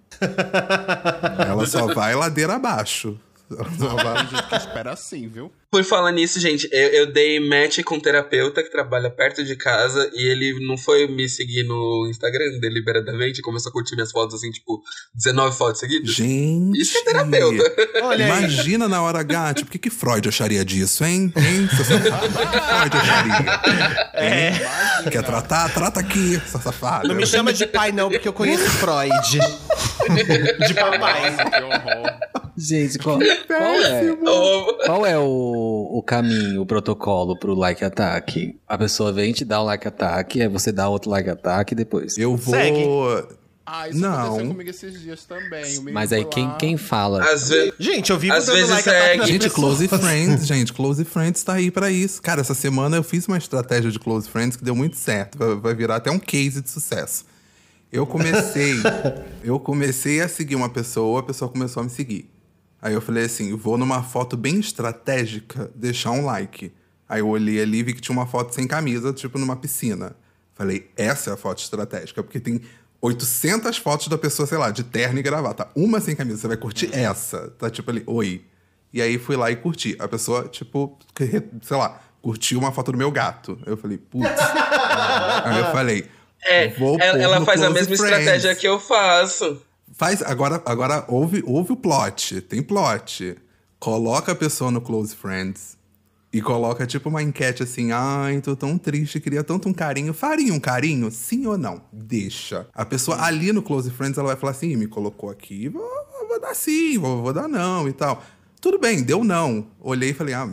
Speaker 1: ela só vai ladeira abaixo. Ela só vai...
Speaker 5: Tem gente que espera assim, viu?
Speaker 2: Por falar nisso, gente, eu, eu dei match com um terapeuta que trabalha perto de casa e ele não foi me seguir no Instagram deliberadamente, começou a curtir minhas fotos, assim, tipo, dezenove fotos seguidas.
Speaker 1: Gente...
Speaker 2: Isso é terapeuta.
Speaker 3: Olha aí.
Speaker 1: Imagina na hora H, tipo, o que que Freud acharia disso, hein? Hein? Seu safado? O que que Freud acharia?
Speaker 3: É,
Speaker 1: Quer tratar? Trata aqui, seu safado.
Speaker 3: não me chama de pai não, porque eu conheço Freud. De papai.
Speaker 5: Nossa, que horror.
Speaker 4: Gente, qual, qual é,
Speaker 2: Oh,
Speaker 4: qual é o, o caminho, o protocolo pro like attack? A pessoa vem te dar um like attack, aí você dá outro like attack depois.
Speaker 1: Eu vou...
Speaker 3: Segue.
Speaker 5: Ah, isso
Speaker 1: Não.
Speaker 5: aconteceu comigo esses dias também. O menino
Speaker 4: Mas aí
Speaker 5: foi
Speaker 4: quem,
Speaker 5: lá-
Speaker 4: quem fala?
Speaker 2: às vezes.
Speaker 3: Gente, eu vivo
Speaker 2: Às
Speaker 3: dando
Speaker 2: vezes
Speaker 3: like
Speaker 2: é
Speaker 3: attack nas
Speaker 1: Gente,
Speaker 3: pessoas.
Speaker 1: Close Friends, gente, Close Friends tá aí pra isso. Cara, essa semana eu fiz uma estratégia de Close Friends que deu muito certo. Vai, vai virar até um case de sucesso. Eu comecei, eu comecei a seguir uma pessoa, a pessoa começou a me seguir. Aí eu falei assim, vou numa foto bem estratégica deixar um like. Aí eu olhei ali e vi que tinha uma foto sem camisa, tipo numa piscina. Falei, essa é a foto estratégica, porque tem oitocentas fotos da pessoa, sei lá, de terno e gravata. Uma sem camisa, você vai curtir essa. Tá tipo ali, oi. E aí fui lá e curti. A pessoa, tipo, que- sei lá, curtiu uma foto do meu gato. Eu falei, putz. Aí eu falei,
Speaker 2: É,
Speaker 1: vou
Speaker 2: ela,
Speaker 1: pôr
Speaker 2: ela
Speaker 1: no
Speaker 2: faz a
Speaker 1: Close
Speaker 2: mesma
Speaker 1: Friends.
Speaker 2: estratégia que eu faço.
Speaker 1: Faz, agora, agora ouve, ouve o plot. Tem plot. Coloca a pessoa no Close Friends e coloca tipo uma enquete assim, ai, tô tão triste, queria tanto um carinho. Faria um carinho? Sim ou não? Deixa. A pessoa ali no Close Friends, ela vai falar assim, me colocou aqui, vou, vou dar sim, vou, vou dar não e tal. Tudo bem, deu não. Olhei e falei, ah, não.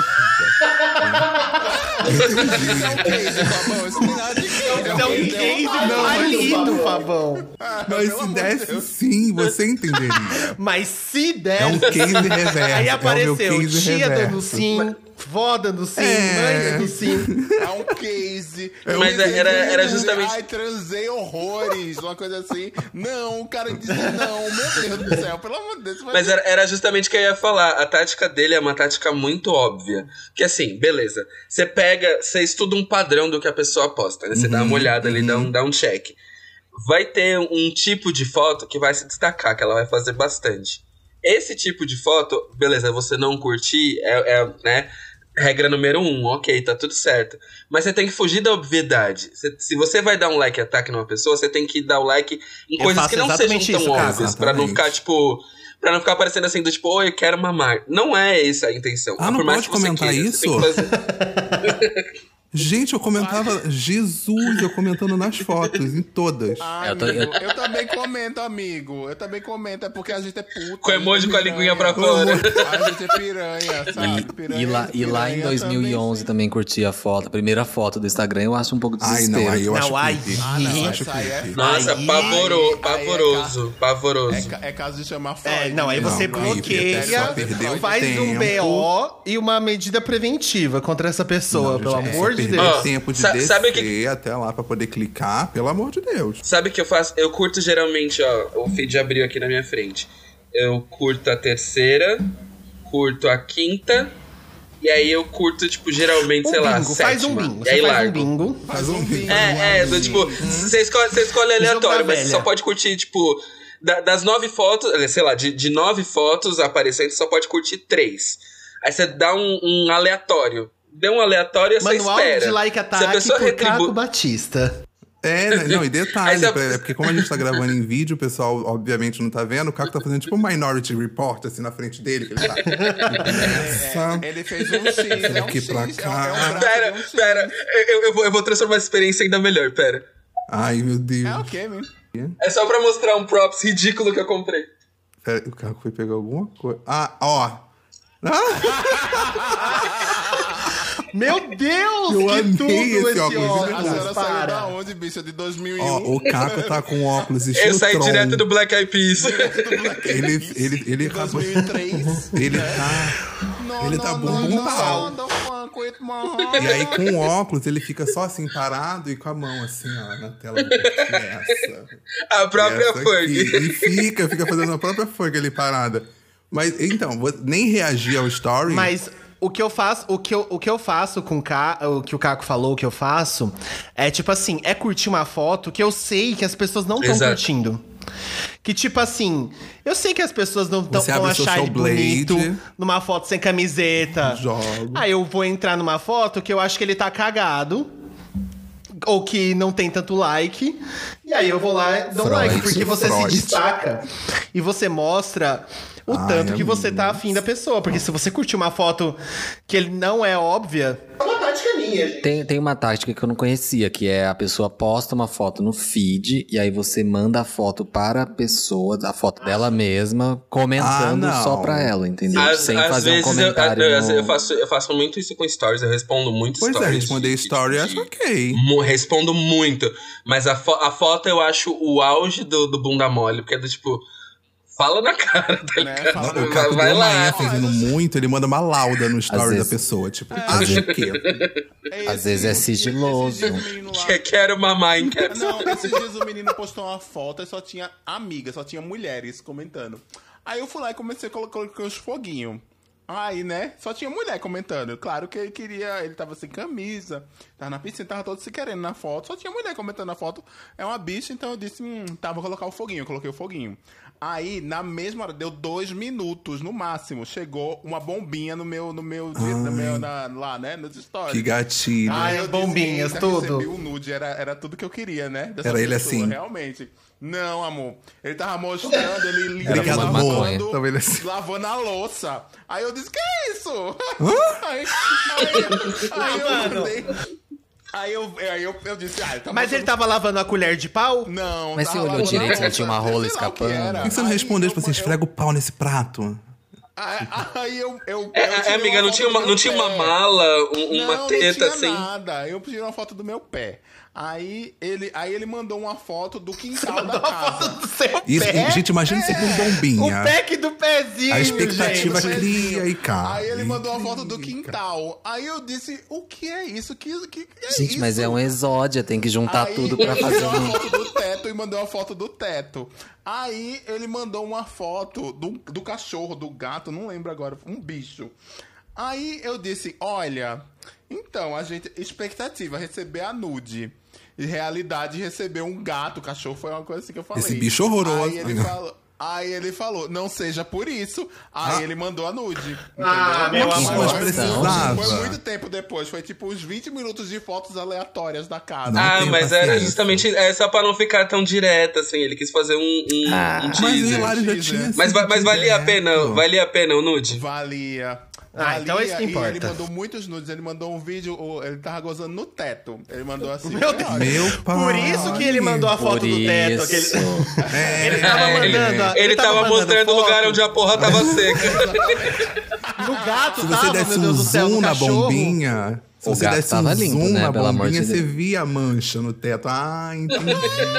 Speaker 5: Isso é um case, Fabão. Isso não tem nada de case.
Speaker 3: É um case
Speaker 1: Não, mas-
Speaker 3: falido, Fabão.
Speaker 1: Mas
Speaker 5: Pelo
Speaker 1: se
Speaker 5: amor de
Speaker 1: desse
Speaker 5: Deus.
Speaker 1: sim, você entenderia.
Speaker 3: Mas se der...
Speaker 1: É um case reverso.
Speaker 3: Aí apareceu
Speaker 1: é o meu case
Speaker 3: tia
Speaker 1: reverso.
Speaker 3: dando sim, vó dando sim,
Speaker 1: É.
Speaker 3: mãe dando sim.
Speaker 5: É um case.
Speaker 2: Mas era- era justamente-
Speaker 5: Ai, transei horrores. Uma coisa assim. Não, o cara disse não. Meu Deus do céu. Pelo amor de Deus. vai
Speaker 2: Mas
Speaker 5: ser-
Speaker 2: era, era justamente o que eu ia falar. A tática dele é uma tática muito óbvia. Que assim, beleza. Você pega, você estuda um padrão do que a pessoa posta, né? Você dá uma olhada ali, dá um, dá um check. Vai ter um tipo de foto que vai se destacar, que ela vai fazer bastante. esse tipo de foto, beleza, você não curtir, é, é né, regra número um, ok, tá tudo certo. Mas você tem que fugir da obviedade. Você, se você vai dar um like e ataque numa pessoa, você tem que dar o like em
Speaker 3: Eu
Speaker 2: coisas
Speaker 3: faço
Speaker 2: que não sejam
Speaker 3: exatamente
Speaker 2: tão
Speaker 3: isso, cara.
Speaker 2: óbvias, pra não
Speaker 1: Exatamente.
Speaker 2: ficar, tipo... Pra não ficar parecendo assim, do tipo, oi, eu quero mamar. Não é essa a intenção.
Speaker 1: Ah, não
Speaker 2: Por mais
Speaker 1: pode
Speaker 2: que você
Speaker 1: comentar
Speaker 2: queira,
Speaker 1: isso?
Speaker 2: você tem que fazer...
Speaker 1: Gente, eu comentava Jesus, eu comentando nas fotos, em todas.
Speaker 5: Ai,
Speaker 4: Eu tô-
Speaker 5: amigo,
Speaker 4: eu-
Speaker 5: eu também comento, amigo. Eu também comento, é porque a gente é puta.
Speaker 2: Com
Speaker 5: a gente
Speaker 2: emoji
Speaker 5: é
Speaker 2: com a linguinha pra
Speaker 5: piranha.
Speaker 2: fora.
Speaker 5: A gente é piranha, sabe? Piranha,
Speaker 4: E lá, e lá em
Speaker 5: piranha
Speaker 4: dois mil e onze também curti a foto. A primeira foto do Instagram eu acho um pouco de
Speaker 1: Ai,
Speaker 4: desespero.
Speaker 1: não, aí eu
Speaker 3: Não,
Speaker 1: acho
Speaker 3: ai,
Speaker 1: creepy.
Speaker 5: Ah, não,
Speaker 1: Eu acho
Speaker 5: essa aí é
Speaker 1: creepy.
Speaker 2: Nossa,
Speaker 3: Aí-
Speaker 2: pavoro,
Speaker 5: aí é
Speaker 2: pavoroso, pavoroso.
Speaker 5: É, ca- é caso de chamar Freud.
Speaker 3: É, não, aí
Speaker 5: né?
Speaker 3: você
Speaker 1: Não,
Speaker 3: bloqueia,
Speaker 1: só perdeu
Speaker 3: faz um
Speaker 1: tempo.
Speaker 3: B O e uma medida preventiva contra essa pessoa,
Speaker 1: Não,
Speaker 3: pelo
Speaker 1: gente,
Speaker 3: amor
Speaker 1: só
Speaker 3: de
Speaker 1: perdeu
Speaker 3: Deus.
Speaker 2: Ó,
Speaker 1: tempo de
Speaker 2: sa-
Speaker 1: descer
Speaker 2: sabe o que-
Speaker 1: até lá pra poder clicar, pelo amor de Deus.
Speaker 2: Sabe o que eu faço? Eu curto geralmente, ó, o feed abriu aqui na minha frente. Eu curto a terceira, curto a quinta, e aí eu curto, tipo, geralmente,
Speaker 3: Um
Speaker 2: sei lá, a
Speaker 3: bingo, faz um
Speaker 2: sétima.
Speaker 3: bingo.
Speaker 2: E aí
Speaker 3: Você faz um
Speaker 2: largo.
Speaker 3: bingo.
Speaker 1: Faz um vídeo.
Speaker 2: É, é, do, tipo, você escolhe, você escolhe
Speaker 3: Jogo
Speaker 2: aleatório,
Speaker 3: da
Speaker 2: mas você
Speaker 3: velha.
Speaker 2: só pode curtir, tipo, da- das nove fotos, sei lá, de, de nove fotos aparecendo, você só pode curtir três. Aí você dá um, um aleatório. Deu um aleatório e você
Speaker 3: Manual
Speaker 2: espera.
Speaker 3: de like
Speaker 2: Se a
Speaker 3: ataque
Speaker 2: pessoa
Speaker 3: por
Speaker 2: retribui...
Speaker 3: Caco Batista.
Speaker 1: É, né? Não, e
Speaker 2: Aí
Speaker 1: detalhe,
Speaker 2: você-
Speaker 1: é porque como a gente tá gravando em vídeo, o pessoal obviamente não tá vendo, o Caco tá fazendo tipo um Minority Report, assim, na frente dele, que ele tá... Essa...
Speaker 5: Ele fez um X, é um
Speaker 1: Aqui
Speaker 5: X,
Speaker 1: pra
Speaker 5: é um-
Speaker 1: cá.
Speaker 5: é um braço
Speaker 2: Pera,
Speaker 5: de um X.
Speaker 2: pera, eu, eu, vou, eu vou transformar a experiência ainda melhor, pera.
Speaker 1: Ai, meu Deus.
Speaker 5: É o quê, meu?
Speaker 2: É só pra mostrar um props ridículo que eu comprei.
Speaker 1: Pera, o Caco foi pegar alguma coisa... Ah, ó... Ah,
Speaker 3: Meu Deus,
Speaker 1: Eu
Speaker 3: que
Speaker 1: amei
Speaker 3: tudo
Speaker 1: esse
Speaker 3: esse
Speaker 1: óculos,
Speaker 3: óculos.
Speaker 1: de
Speaker 5: A senhora saiu da
Speaker 3: para.
Speaker 5: onde, bicha? De dois mil e
Speaker 1: ó,
Speaker 5: um?
Speaker 1: o Caco tá com óculos estilo
Speaker 2: Eu saí
Speaker 1: Tron.
Speaker 2: direto do Black Eyed Peas.
Speaker 1: Ele, ele, ele,
Speaker 5: De dois mil e três.
Speaker 1: ele tá...
Speaker 5: Não,
Speaker 1: Ele
Speaker 5: não,
Speaker 1: tá
Speaker 5: não,
Speaker 1: bumbum
Speaker 5: não,
Speaker 1: pau.
Speaker 5: não, funk with my heart.
Speaker 1: E aí, com o óculos, ele fica só assim, parado e com a mão assim, ó, na tela. Essa.
Speaker 2: A própria
Speaker 1: essa
Speaker 2: Ferg.
Speaker 1: aqui. E fica, fica fazendo a própria Ferg ali parada. Mas, então, vou- nem reagir ao story.
Speaker 3: Mas o que eu faço, o que eu, o que eu faço com o, Ca, o que o Caco falou, o que eu faço, é tipo assim, é curtir uma foto que eu sei que as pessoas não estão
Speaker 2: Exato.
Speaker 3: curtindo. Que tipo assim, eu sei que as pessoas não tão,
Speaker 1: Você
Speaker 3: vão
Speaker 1: abre
Speaker 3: achar
Speaker 1: Social
Speaker 3: ele bonito
Speaker 1: Blade.
Speaker 3: numa foto sem camiseta.
Speaker 1: Jogo.
Speaker 3: Aí eu vou entrar numa foto que eu acho que ele tá cagado. Ou que não tem tanto like. E aí eu vou lá e dou um
Speaker 1: Freud,
Speaker 3: like. Porque você
Speaker 1: Freud.
Speaker 3: se destaca. E você mostra o
Speaker 1: Ai,
Speaker 3: tanto que
Speaker 1: amigo.
Speaker 3: você tá afim da pessoa. Porque se você curtir uma foto que ele não é óbvia... É uma tática minha, gente.
Speaker 4: Tem, tem uma tática que eu não conhecia, que é a pessoa posta uma foto no feed e aí você manda a foto para a pessoa, a foto dela mesma, comentando
Speaker 1: Ah, não.
Speaker 4: só pra ela, entendeu?
Speaker 2: Às,
Speaker 4: Sem
Speaker 2: às
Speaker 4: fazer um
Speaker 2: vezes eu,
Speaker 4: comentário.
Speaker 2: eu,
Speaker 4: no-
Speaker 2: eu faço, eu faço muito isso com stories, eu respondo muito
Speaker 1: Pois
Speaker 2: stories.
Speaker 1: é, responder
Speaker 2: de-
Speaker 1: story,
Speaker 2: de-
Speaker 1: acho ok.
Speaker 2: Mu- Respondo muito. Mas a, fo- a foto eu acho o auge do, do bunda mole, porque é do tipo. Fala na cara, tá
Speaker 5: Né?
Speaker 2: ligado?
Speaker 5: Fala
Speaker 1: O
Speaker 5: na
Speaker 1: Caco
Speaker 2: vai
Speaker 1: deu uma
Speaker 2: lá.
Speaker 1: ênfase no muito, ele manda uma lauda no story da
Speaker 4: vezes.
Speaker 1: pessoa. Tipo,
Speaker 5: É.
Speaker 1: acho que...
Speaker 4: Às vezes é sigiloso.
Speaker 5: Esse dia o menino lá-
Speaker 2: Que- Quero mamar, hein? Quero...
Speaker 5: Não, esses dias o menino postou uma foto e só tinha amigas, só tinha mulheres comentando. Aí eu fui lá e comecei a colo- colocar os foguinhos. Aí, né, só tinha mulher comentando. Claro que ele queria, ele tava sem camisa, tava na piscina, tava todo se querendo na foto. Só tinha mulher comentando na foto. É uma bicha, então eu disse, hum, tá, vou colocar o foguinho. Eu coloquei o foguinho. Aí, na mesma hora, deu dois minutos no máximo. Chegou uma bombinha no meu, no meu, no meu na, lá, né, nos stories.
Speaker 1: Que gatilho.
Speaker 3: Ai,
Speaker 5: eu
Speaker 3: bombinhas,
Speaker 5: disse,
Speaker 3: tudo.
Speaker 5: Recebi o nude, era, era tudo que eu queria, né? Dessa
Speaker 1: Era ele
Speaker 5: pessoa,
Speaker 1: assim.
Speaker 5: Realmente. Não, amor. Ele tava mostrando, ele lindo,
Speaker 1: Obrigado, amor.
Speaker 5: lavando,
Speaker 1: Tava ele assim.
Speaker 5: lavando a louça. Aí eu disse, que é isso? Aí, aí, aí eu
Speaker 3: Mano.
Speaker 5: mandei. Aí eu, aí eu, eu disse, ah, ele tá
Speaker 3: Mas ele
Speaker 5: mostrando-
Speaker 3: tava lavando a colher de pau?
Speaker 5: Não,
Speaker 4: Mas você
Speaker 5: tava
Speaker 4: olhou
Speaker 5: lavando
Speaker 4: direito
Speaker 5: a
Speaker 4: se não
Speaker 5: louça.
Speaker 4: tinha uma rola
Speaker 5: Sei lá o que
Speaker 4: escapando?
Speaker 5: era.
Speaker 1: Por que você não
Speaker 5: Aí
Speaker 1: respondeu,
Speaker 5: eu-
Speaker 1: tipo assim,
Speaker 5: eu-
Speaker 1: esfrega o pau nesse prato?
Speaker 5: Aí, aí eu, eu,
Speaker 2: É,
Speaker 5: eu
Speaker 2: é,
Speaker 5: tirei
Speaker 2: amiga,
Speaker 5: uma
Speaker 2: não
Speaker 5: foto
Speaker 2: tinha,
Speaker 5: do
Speaker 2: uma,
Speaker 5: meu
Speaker 2: não tinha uma
Speaker 5: pé.
Speaker 2: mala, um- uma
Speaker 5: não,
Speaker 2: teta
Speaker 5: não tinha
Speaker 2: assim.
Speaker 5: nada. Eu pedi uma foto do meu pé. Aí ele, aí ele mandou uma foto do quintal da
Speaker 3: Mandou a foto
Speaker 5: casa.
Speaker 3: do seu
Speaker 1: Isso,
Speaker 3: pé?
Speaker 1: gente, imagina você com
Speaker 3: O
Speaker 1: bombinha.
Speaker 3: pack do pezinho,
Speaker 1: A expectativa
Speaker 3: gente.
Speaker 1: cria e cai.
Speaker 5: Aí ele mandou uma foto do quintal. Aí eu disse, o que é isso? Que, que, que é
Speaker 4: Gente,
Speaker 5: isso?
Speaker 4: mas é um exódia, tem que juntar
Speaker 5: Aí
Speaker 4: tudo pra
Speaker 5: ele
Speaker 4: fazer
Speaker 5: tirou uma
Speaker 4: um...
Speaker 5: foto do teto e mandou uma foto do teto. Aí ele mandou uma foto do, do cachorro, do gato, não lembro agora, um bicho. Aí eu disse, olha, então, a gente, expectativa, receber a nude. E realidade, receber um gato, cachorro, foi uma coisa assim que eu falei.
Speaker 1: Esse bicho horroroso.
Speaker 5: Aí ele falou... Aí ele falou, não seja por isso. Aí
Speaker 1: Ah.
Speaker 5: ele mandou a nude.
Speaker 3: Ah, meu
Speaker 5: Mas
Speaker 3: amor.
Speaker 5: foi-
Speaker 1: Precisava.
Speaker 5: Foi muito tempo depois. Foi tipo uns vinte minutos de fotos aleatórias da casa.
Speaker 1: Não
Speaker 2: Ah,
Speaker 1: tenho
Speaker 2: mas era
Speaker 1: paciência.
Speaker 2: justamente é só pra não ficar tão direto, assim. Ele quis fazer um, um,
Speaker 4: Ah,
Speaker 2: um
Speaker 1: Mas o
Speaker 2: teaser.
Speaker 1: Hilário já
Speaker 5: teaser.
Speaker 1: tinha
Speaker 2: Mas,
Speaker 1: sido
Speaker 2: va- mas valia a pena,
Speaker 1: direto.
Speaker 2: valia a pena o nude?
Speaker 5: Valia.
Speaker 3: Ah,
Speaker 5: Valia,
Speaker 3: então é isso que
Speaker 5: e
Speaker 3: importa.
Speaker 5: ele mandou muitos nudes. Ele mandou um vídeo, o- ele tava gozando no teto. Ele mandou assim.
Speaker 3: Meu Deus.
Speaker 5: olha,
Speaker 1: Meu pai.
Speaker 3: Por isso que ele mandou a foto
Speaker 4: Por
Speaker 3: do teto.
Speaker 4: isso.
Speaker 3: Aquele...
Speaker 1: É,
Speaker 3: Ele tava
Speaker 2: É, ele,
Speaker 3: mandando. a-
Speaker 2: ele tava,
Speaker 3: mandando
Speaker 2: mostrando o
Speaker 3: foto
Speaker 2: lugar onde a porra tava seca.
Speaker 3: No gato
Speaker 1: se
Speaker 3: tava,
Speaker 1: você
Speaker 3: meu
Speaker 1: desse
Speaker 3: Deus
Speaker 1: um
Speaker 3: do céu,
Speaker 1: zoom
Speaker 3: no
Speaker 1: na
Speaker 3: cachorro.
Speaker 1: bombinha... Se
Speaker 4: O
Speaker 1: você
Speaker 4: gato
Speaker 1: desse um
Speaker 4: tava limpo,
Speaker 1: zoom
Speaker 4: né?
Speaker 1: na
Speaker 4: Pelo amor de
Speaker 1: bombinha, você
Speaker 4: Deus.
Speaker 1: via a mancha no teto. Ah, entendi.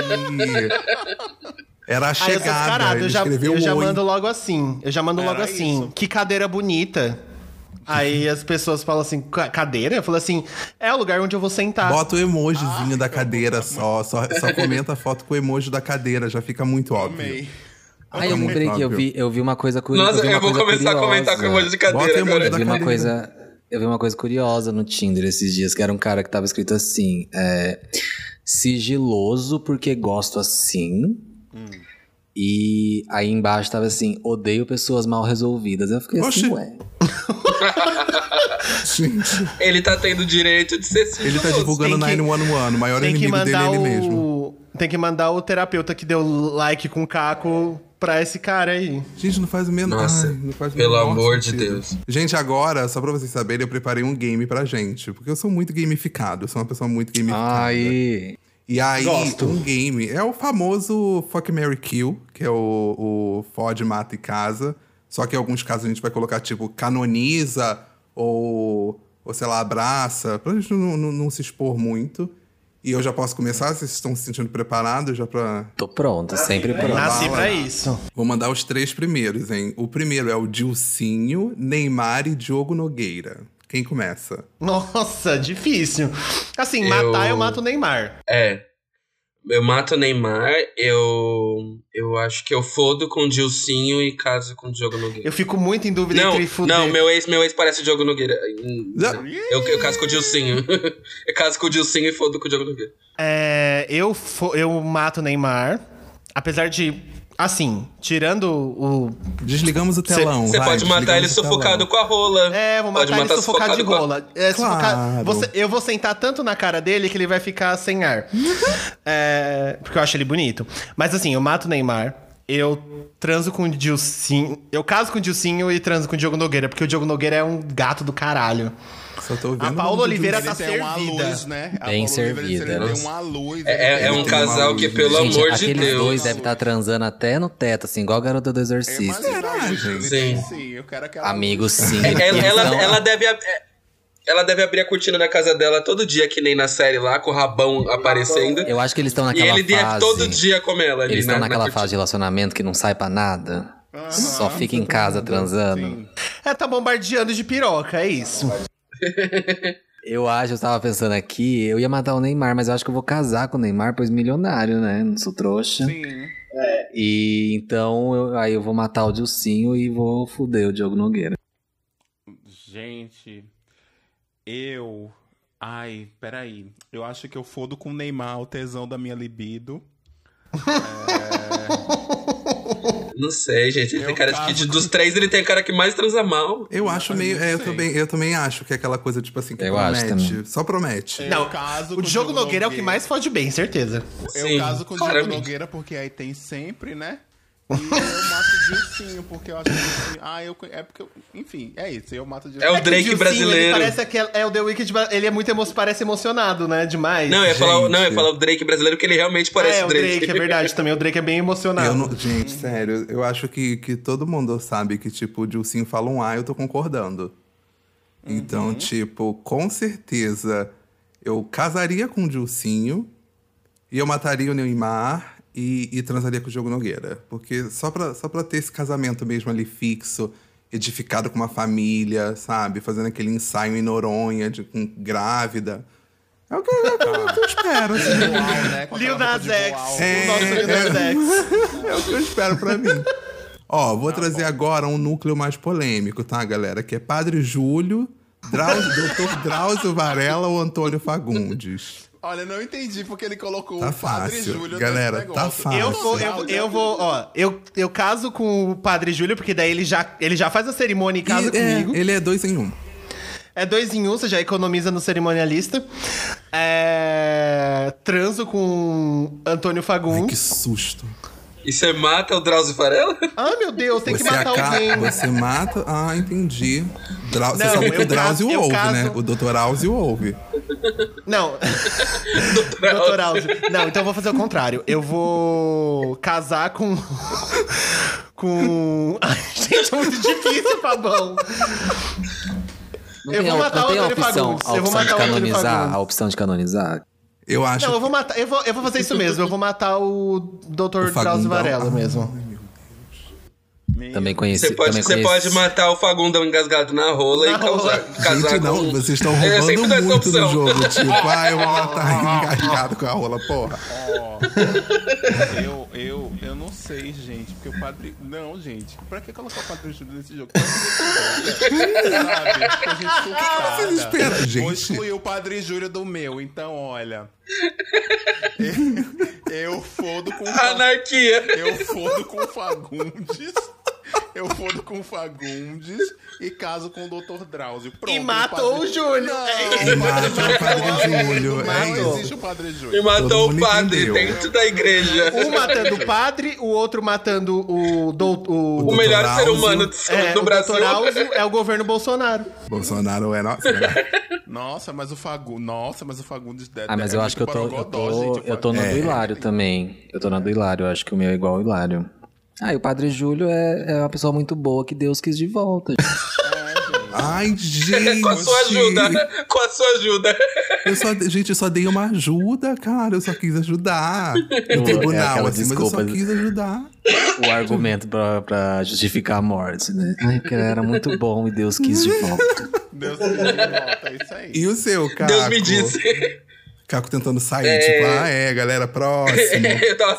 Speaker 1: Era a
Speaker 3: Aí eu sou
Speaker 1: chegada.
Speaker 3: descarado,
Speaker 1: Ele
Speaker 3: eu já,
Speaker 1: escreveu
Speaker 3: eu já
Speaker 1: oi.
Speaker 3: mando logo assim. Eu já mando
Speaker 5: Era
Speaker 3: logo assim.
Speaker 5: isso.
Speaker 3: Que cadeira bonita. Aí as pessoas falam assim, "Ca- cadeira? Eu falo assim, é o lugar onde eu vou sentar.
Speaker 1: Bota o emojizinho da cadeira só, só. Só comenta a foto com o emoji da cadeira, já fica muito óbvio.
Speaker 5: Amei.
Speaker 4: Aí eu
Speaker 1: muito
Speaker 4: lembrei que eu
Speaker 1: óbvio.
Speaker 4: vi, eu vi uma coisa curiosa.
Speaker 2: Nossa,
Speaker 4: vi uma
Speaker 2: eu vou
Speaker 4: coisa
Speaker 2: começar a comentar com
Speaker 4: curiosa.
Speaker 2: emoji de cadeira
Speaker 1: Bota emoji
Speaker 2: agora.
Speaker 4: Eu
Speaker 1: da
Speaker 4: vi uma
Speaker 1: cadeira.
Speaker 4: coisa. Eu vi uma coisa curiosa no Tinder esses dias, que era um cara que tava escrito assim: é, sigiloso porque gosto assim. E aí embaixo tava assim: odeio pessoas mal resolvidas. Eu fiquei
Speaker 1: Oxi.
Speaker 4: assim, ué.
Speaker 1: Gente,
Speaker 2: Ele tá tendo o direito de ser
Speaker 1: ele tá
Speaker 2: sigiloso.
Speaker 1: divulgando
Speaker 3: Tem que-
Speaker 1: nove um um. O maior
Speaker 3: Tem que
Speaker 1: inimigo dele é
Speaker 3: mandar
Speaker 1: ele
Speaker 3: o...
Speaker 1: mesmo.
Speaker 3: Tem que mandar o terapeuta que deu like com caco pra esse cara aí.
Speaker 1: Gente, não faz o menor.
Speaker 2: Nossa,
Speaker 1: ai, não faz o
Speaker 2: pelo
Speaker 1: menor
Speaker 2: amor de
Speaker 1: sentido.
Speaker 2: Deus.
Speaker 1: Gente, agora, só pra vocês saberem, eu preparei um game pra gente. Porque eu sou muito gamificado. Eu sou uma pessoa muito gamificada.
Speaker 4: Ai.
Speaker 1: E aí,
Speaker 3: Gosto.
Speaker 1: um game é o famoso Fuck, Marry, Kill, que é o, o fode, mata e casa. Só que em alguns casos a gente vai colocar, tipo, canoniza ou, ou sei lá, abraça, pra gente não, não, não se expor muito. E eu já posso começar? Vocês estão se sentindo preparados já pra...
Speaker 4: Tô pronto, sempre pronto.
Speaker 3: Nasci
Speaker 1: bala.
Speaker 3: pra isso.
Speaker 1: Vou mandar os três primeiros, hein? O primeiro é o Dilcinho, Neymar e Diogo Nogueira. Quem começa?
Speaker 3: Nossa, difícil. Assim,
Speaker 2: Eu-
Speaker 3: matar eu mato o Neymar.
Speaker 2: É. Eu mato o Neymar, eu. Eu acho que eu fodo com o Dilcinho e caso com o Diogo Nogueira.
Speaker 3: Eu fico muito em dúvida
Speaker 2: Não,
Speaker 3: entre fuder.
Speaker 2: não, meu ex, meu ex parece o Diogo Nogueira. Hum,
Speaker 1: Não.
Speaker 2: Eu, eu caso com o Dilcinho. Eu caso com o Dilcinho e fodo com o Diogo Nogueira.
Speaker 3: É, eu, fo- eu mato o Neymar. Apesar de, assim, tirando o...
Speaker 1: Desligamos o telão,
Speaker 2: Você
Speaker 1: vai,
Speaker 2: pode matar
Speaker 1: desligamos
Speaker 2: ele
Speaker 1: o
Speaker 2: sufocado
Speaker 1: telão.
Speaker 2: com a rola.
Speaker 3: É, vou
Speaker 2: Pode
Speaker 3: matar ele sufocado de
Speaker 2: com a-
Speaker 3: rola. É, sufocar-
Speaker 1: Claro.
Speaker 3: você- eu vou sentar tanto na cara dele que ele vai ficar sem ar. É, porque eu acho ele bonito. Mas assim, eu mato o Neymar. Eu transo com o Dilcinho. Eu caso com o Dilcinho e transo com o Diogo Nogueira. Porque o Diogo Nogueira é um gato do caralho.
Speaker 1: Só tô vendo
Speaker 3: A
Speaker 1: o
Speaker 3: Paula
Speaker 1: nome do
Speaker 3: Oliveira
Speaker 5: Ele
Speaker 3: tá
Speaker 5: tem uma
Speaker 3: servida.
Speaker 5: luz, né? A
Speaker 4: Bem
Speaker 5: Paula Oliveira,
Speaker 4: servida,
Speaker 5: Ele
Speaker 4: né?
Speaker 5: tem uma luz.
Speaker 2: É, é, é
Speaker 1: Ele
Speaker 2: um
Speaker 1: tem
Speaker 2: casal
Speaker 1: uma
Speaker 2: que,
Speaker 1: luz,
Speaker 2: pelo
Speaker 4: Gente,
Speaker 2: amor de
Speaker 4: aqueles
Speaker 2: Deus.
Speaker 4: dois devem estar transando até no teto, assim, igual a garota do Exorcista.
Speaker 5: Será,
Speaker 1: gente?
Speaker 2: Sim.
Speaker 5: Sim, eu quero aquela
Speaker 4: Amigos, sim.
Speaker 2: É, Ela,
Speaker 4: Eles
Speaker 2: ela,
Speaker 4: são-
Speaker 2: ela deve. ab- é, Ela deve abrir a cortina da casa dela todo dia, que nem na série lá, com o rabão aparecendo.
Speaker 4: Eu acho que eles estão
Speaker 2: E
Speaker 4: naquela
Speaker 2: ele deve
Speaker 4: fase.
Speaker 2: todo dia comer ela ali.
Speaker 4: Eles
Speaker 2: na-
Speaker 4: estão
Speaker 2: na
Speaker 4: naquela
Speaker 2: cortina.
Speaker 4: fase de relacionamento que não sai pra nada. Só fica em casa transando.
Speaker 5: Sim.
Speaker 3: É, tá bombardeando de piroca, é isso.
Speaker 4: Eu acho, eu tava pensando aqui, eu ia matar o Neymar, mas eu acho que eu vou casar com o Neymar, pois milionário, né? Não sou trouxa.
Speaker 5: Sim.
Speaker 4: E então, eu- aí eu vou matar o Dilcinho e vou foder o Diogo Nogueira.
Speaker 5: Gente, eu... Ai, peraí. Eu acho que eu fodo com o Neymar, o tesão da minha libido.
Speaker 2: Não sei, gente. Ele
Speaker 5: Eu
Speaker 2: tem cara de que
Speaker 5: caso
Speaker 2: de-
Speaker 5: com-
Speaker 2: dos três ele tem cara que mais transa mal.
Speaker 1: Eu acho
Speaker 5: Mas
Speaker 1: meio.
Speaker 5: não
Speaker 1: É, eu,
Speaker 5: sei.
Speaker 1: também, eu também acho que é aquela coisa, tipo assim, que
Speaker 4: Eu acho
Speaker 1: promete.
Speaker 4: também.
Speaker 1: Só promete.
Speaker 5: Eu
Speaker 3: Não,
Speaker 5: caso
Speaker 3: o
Speaker 5: com
Speaker 3: Diogo Nogueira é o que mais fode bem, certeza.
Speaker 5: Eu
Speaker 2: Sim,
Speaker 5: caso com o Diogo
Speaker 2: claramente.
Speaker 5: Nogueira porque aí tem sempre, né? E eu mato o Dilcinho, porque eu acho que... o Dilcinho- Ah, eu... É porque... eu- Enfim, é isso. Eu mato o Dilcinho.
Speaker 2: É o
Speaker 3: É que
Speaker 2: Drake
Speaker 3: Dilcinho,
Speaker 2: brasileiro.
Speaker 3: Ele parece aquele, é o The Wicked, bra- ele é muito emo, parece emocionado, né? Demais.
Speaker 2: Não, eu ia falar,
Speaker 1: Gente.
Speaker 2: não, eu ia falar o Drake brasileiro, que ele realmente parece
Speaker 3: é,
Speaker 2: o
Speaker 3: o
Speaker 2: Drake.
Speaker 3: Drake, é verdade também. O Drake é bem emocionado.
Speaker 1: Eu não- gente, sério, eu acho que, que todo mundo sabe que, tipo, o Dilcinho fala um A, eu tô concordando. Então, tipo, com certeza eu casaria com o Dilcinho e eu mataria o Neymar e, e transaria com o Diogo Nogueira. Porque só pra, só pra ter esse casamento mesmo ali fixo, edificado com uma família, sabe? Fazendo aquele ensaio em Noronha, de, com grávida. É o que, é o que eu espero, assim.
Speaker 5: Uau, né? Com
Speaker 3: Lil
Speaker 5: aquela
Speaker 3: Nas
Speaker 5: roupa de
Speaker 3: X.
Speaker 5: voal.
Speaker 1: É.
Speaker 3: O nosso Lil Nas X.
Speaker 1: É o que eu espero pra mim. Ó, vou trazer agora um núcleo mais polêmico, tá, galera? Que é Padre Júlio, Drauzio, doutor Drauzio Varela ou Antônio Fagundes.
Speaker 5: Olha, não entendi porque ele colocou
Speaker 1: Tá
Speaker 5: o Padre
Speaker 1: fácil.
Speaker 5: Júlio
Speaker 1: Galera,
Speaker 5: nesse
Speaker 1: tá
Speaker 5: negócio.
Speaker 1: fácil.
Speaker 3: Eu vou, eu, eu vou, ó, eu, eu caso com o Padre Júlio, porque daí ele já, ele já faz a cerimônia e casa
Speaker 1: E, é,
Speaker 3: comigo.
Speaker 1: ele é dois em um.
Speaker 3: É dois em um, você já economiza no cerimonialista. É... Transo com Antônio Fagundes.
Speaker 1: Ai, que susto.
Speaker 2: E você mata o Drauzio Varela?
Speaker 3: Ah, meu Deus, tem que
Speaker 1: Você
Speaker 3: matar
Speaker 1: aca-
Speaker 3: alguém.
Speaker 1: Você mata... Ah, entendi. Drau... Você
Speaker 3: Não,
Speaker 1: sabe que
Speaker 3: eu
Speaker 1: o Drauzio
Speaker 3: caso- eu
Speaker 1: ouve,
Speaker 3: caso-
Speaker 1: né? O doutor Áuzio ouve.
Speaker 3: Não. doutor Áuzio. Não, então eu vou fazer o contrário. Eu vou casar com... com... Ai, gente, é muito difícil, Fabão.
Speaker 4: Não
Speaker 3: Eu
Speaker 4: tem,
Speaker 3: vou
Speaker 4: a-
Speaker 3: matar
Speaker 4: não
Speaker 3: o
Speaker 4: tem a
Speaker 3: Antônio
Speaker 4: opção,
Speaker 3: Fagundes.
Speaker 4: a
Speaker 3: Eu vou
Speaker 4: opção de
Speaker 3: matar o Antônio
Speaker 4: canonizar,
Speaker 3: Fagundes.
Speaker 4: a opção de canonizar.
Speaker 1: Eu acho
Speaker 3: Não, eu
Speaker 1: que...
Speaker 3: vou matar... Eu vou, eu vou fazer isso mesmo. Eu vou matar o doutor
Speaker 1: O Fagundão.
Speaker 3: Drauzio Varela
Speaker 1: Ah,
Speaker 3: mesmo.
Speaker 4: Também conheci.
Speaker 2: Você pode,
Speaker 4: também
Speaker 2: você
Speaker 4: conheci.
Speaker 2: pode matar o Fagundão engasgado na rola
Speaker 3: Na
Speaker 2: e causar,
Speaker 3: rola.
Speaker 2: casar
Speaker 1: Gente,
Speaker 2: com...
Speaker 1: não, vocês estão
Speaker 2: É, sempre
Speaker 1: roubando
Speaker 2: dá essa
Speaker 1: muito no
Speaker 2: opção.
Speaker 1: jogo. Tipo, ah, eu vou matar engasgado com a rola, porra.
Speaker 5: Ó, eu, eu, eu não sei, gente, porque o padre... Não, gente, pra que colocar o Padre Júlio nesse jogo? Sabe? Tipo, a gente surtada.
Speaker 1: vocês esperam,
Speaker 5: Vou
Speaker 1: gente?
Speaker 5: excluir o Padre Júlio do meu, então, olha... Eu, eu fodo com... o Fa-
Speaker 2: Anarquia.
Speaker 5: Eu fodo com o Fagundes... Eu fodo com o Fagundes e caso com o doutor Drauzio. Pronto,
Speaker 3: E matou o Júlio.
Speaker 5: Não,
Speaker 1: E matou o Padre Júlio.
Speaker 5: Não
Speaker 1: É isso.
Speaker 5: existe o Padre
Speaker 2: E
Speaker 5: Júlio.
Speaker 2: matou
Speaker 1: Todo
Speaker 2: o
Speaker 1: mundo
Speaker 2: padre
Speaker 1: entendeu.
Speaker 2: dentro da igreja.
Speaker 3: Um matando o padre, o outro matando o... Do, o,
Speaker 2: O melhor
Speaker 1: doutor
Speaker 2: ser
Speaker 1: Áuzio.
Speaker 2: humano do,
Speaker 3: é,
Speaker 2: do
Speaker 3: o
Speaker 2: Brasil.
Speaker 3: doutor Áuzio é o governo Bolsonaro.
Speaker 1: Bolsonaro é nossa.
Speaker 5: Nossa, mas o Fagundes. Nossa, mas o Fagundes deve.
Speaker 4: Ah, mas eu acho que eu tô, eu tô,
Speaker 5: gente,
Speaker 4: eu tô na
Speaker 1: É.
Speaker 4: do Hilário também. Eu tô na do Hilário, eu acho que o meu é igual ao Hilário. Ah, e o Padre Júlio é, é uma pessoa muito boa que Deus quis de volta.
Speaker 1: Ai, gente.
Speaker 2: Com a sua ajuda. Com a sua ajuda.
Speaker 1: Eu só, gente, eu só dei uma ajuda, cara. Eu só quis ajudar. No
Speaker 4: É
Speaker 1: tribunal,
Speaker 4: aquela
Speaker 1: assim, mas eu
Speaker 4: desculpa.
Speaker 1: só quis ajudar.
Speaker 4: O argumento pra, pra justificar a morte, né? Ai, porque era muito bom e Deus quis de volta.
Speaker 5: Deus te volta, é isso aí.
Speaker 1: E o seu, Caco?
Speaker 2: Deus me disse.
Speaker 1: Caco tentando sair, tipo, ah, é, galera, próximo.
Speaker 2: eu, tava...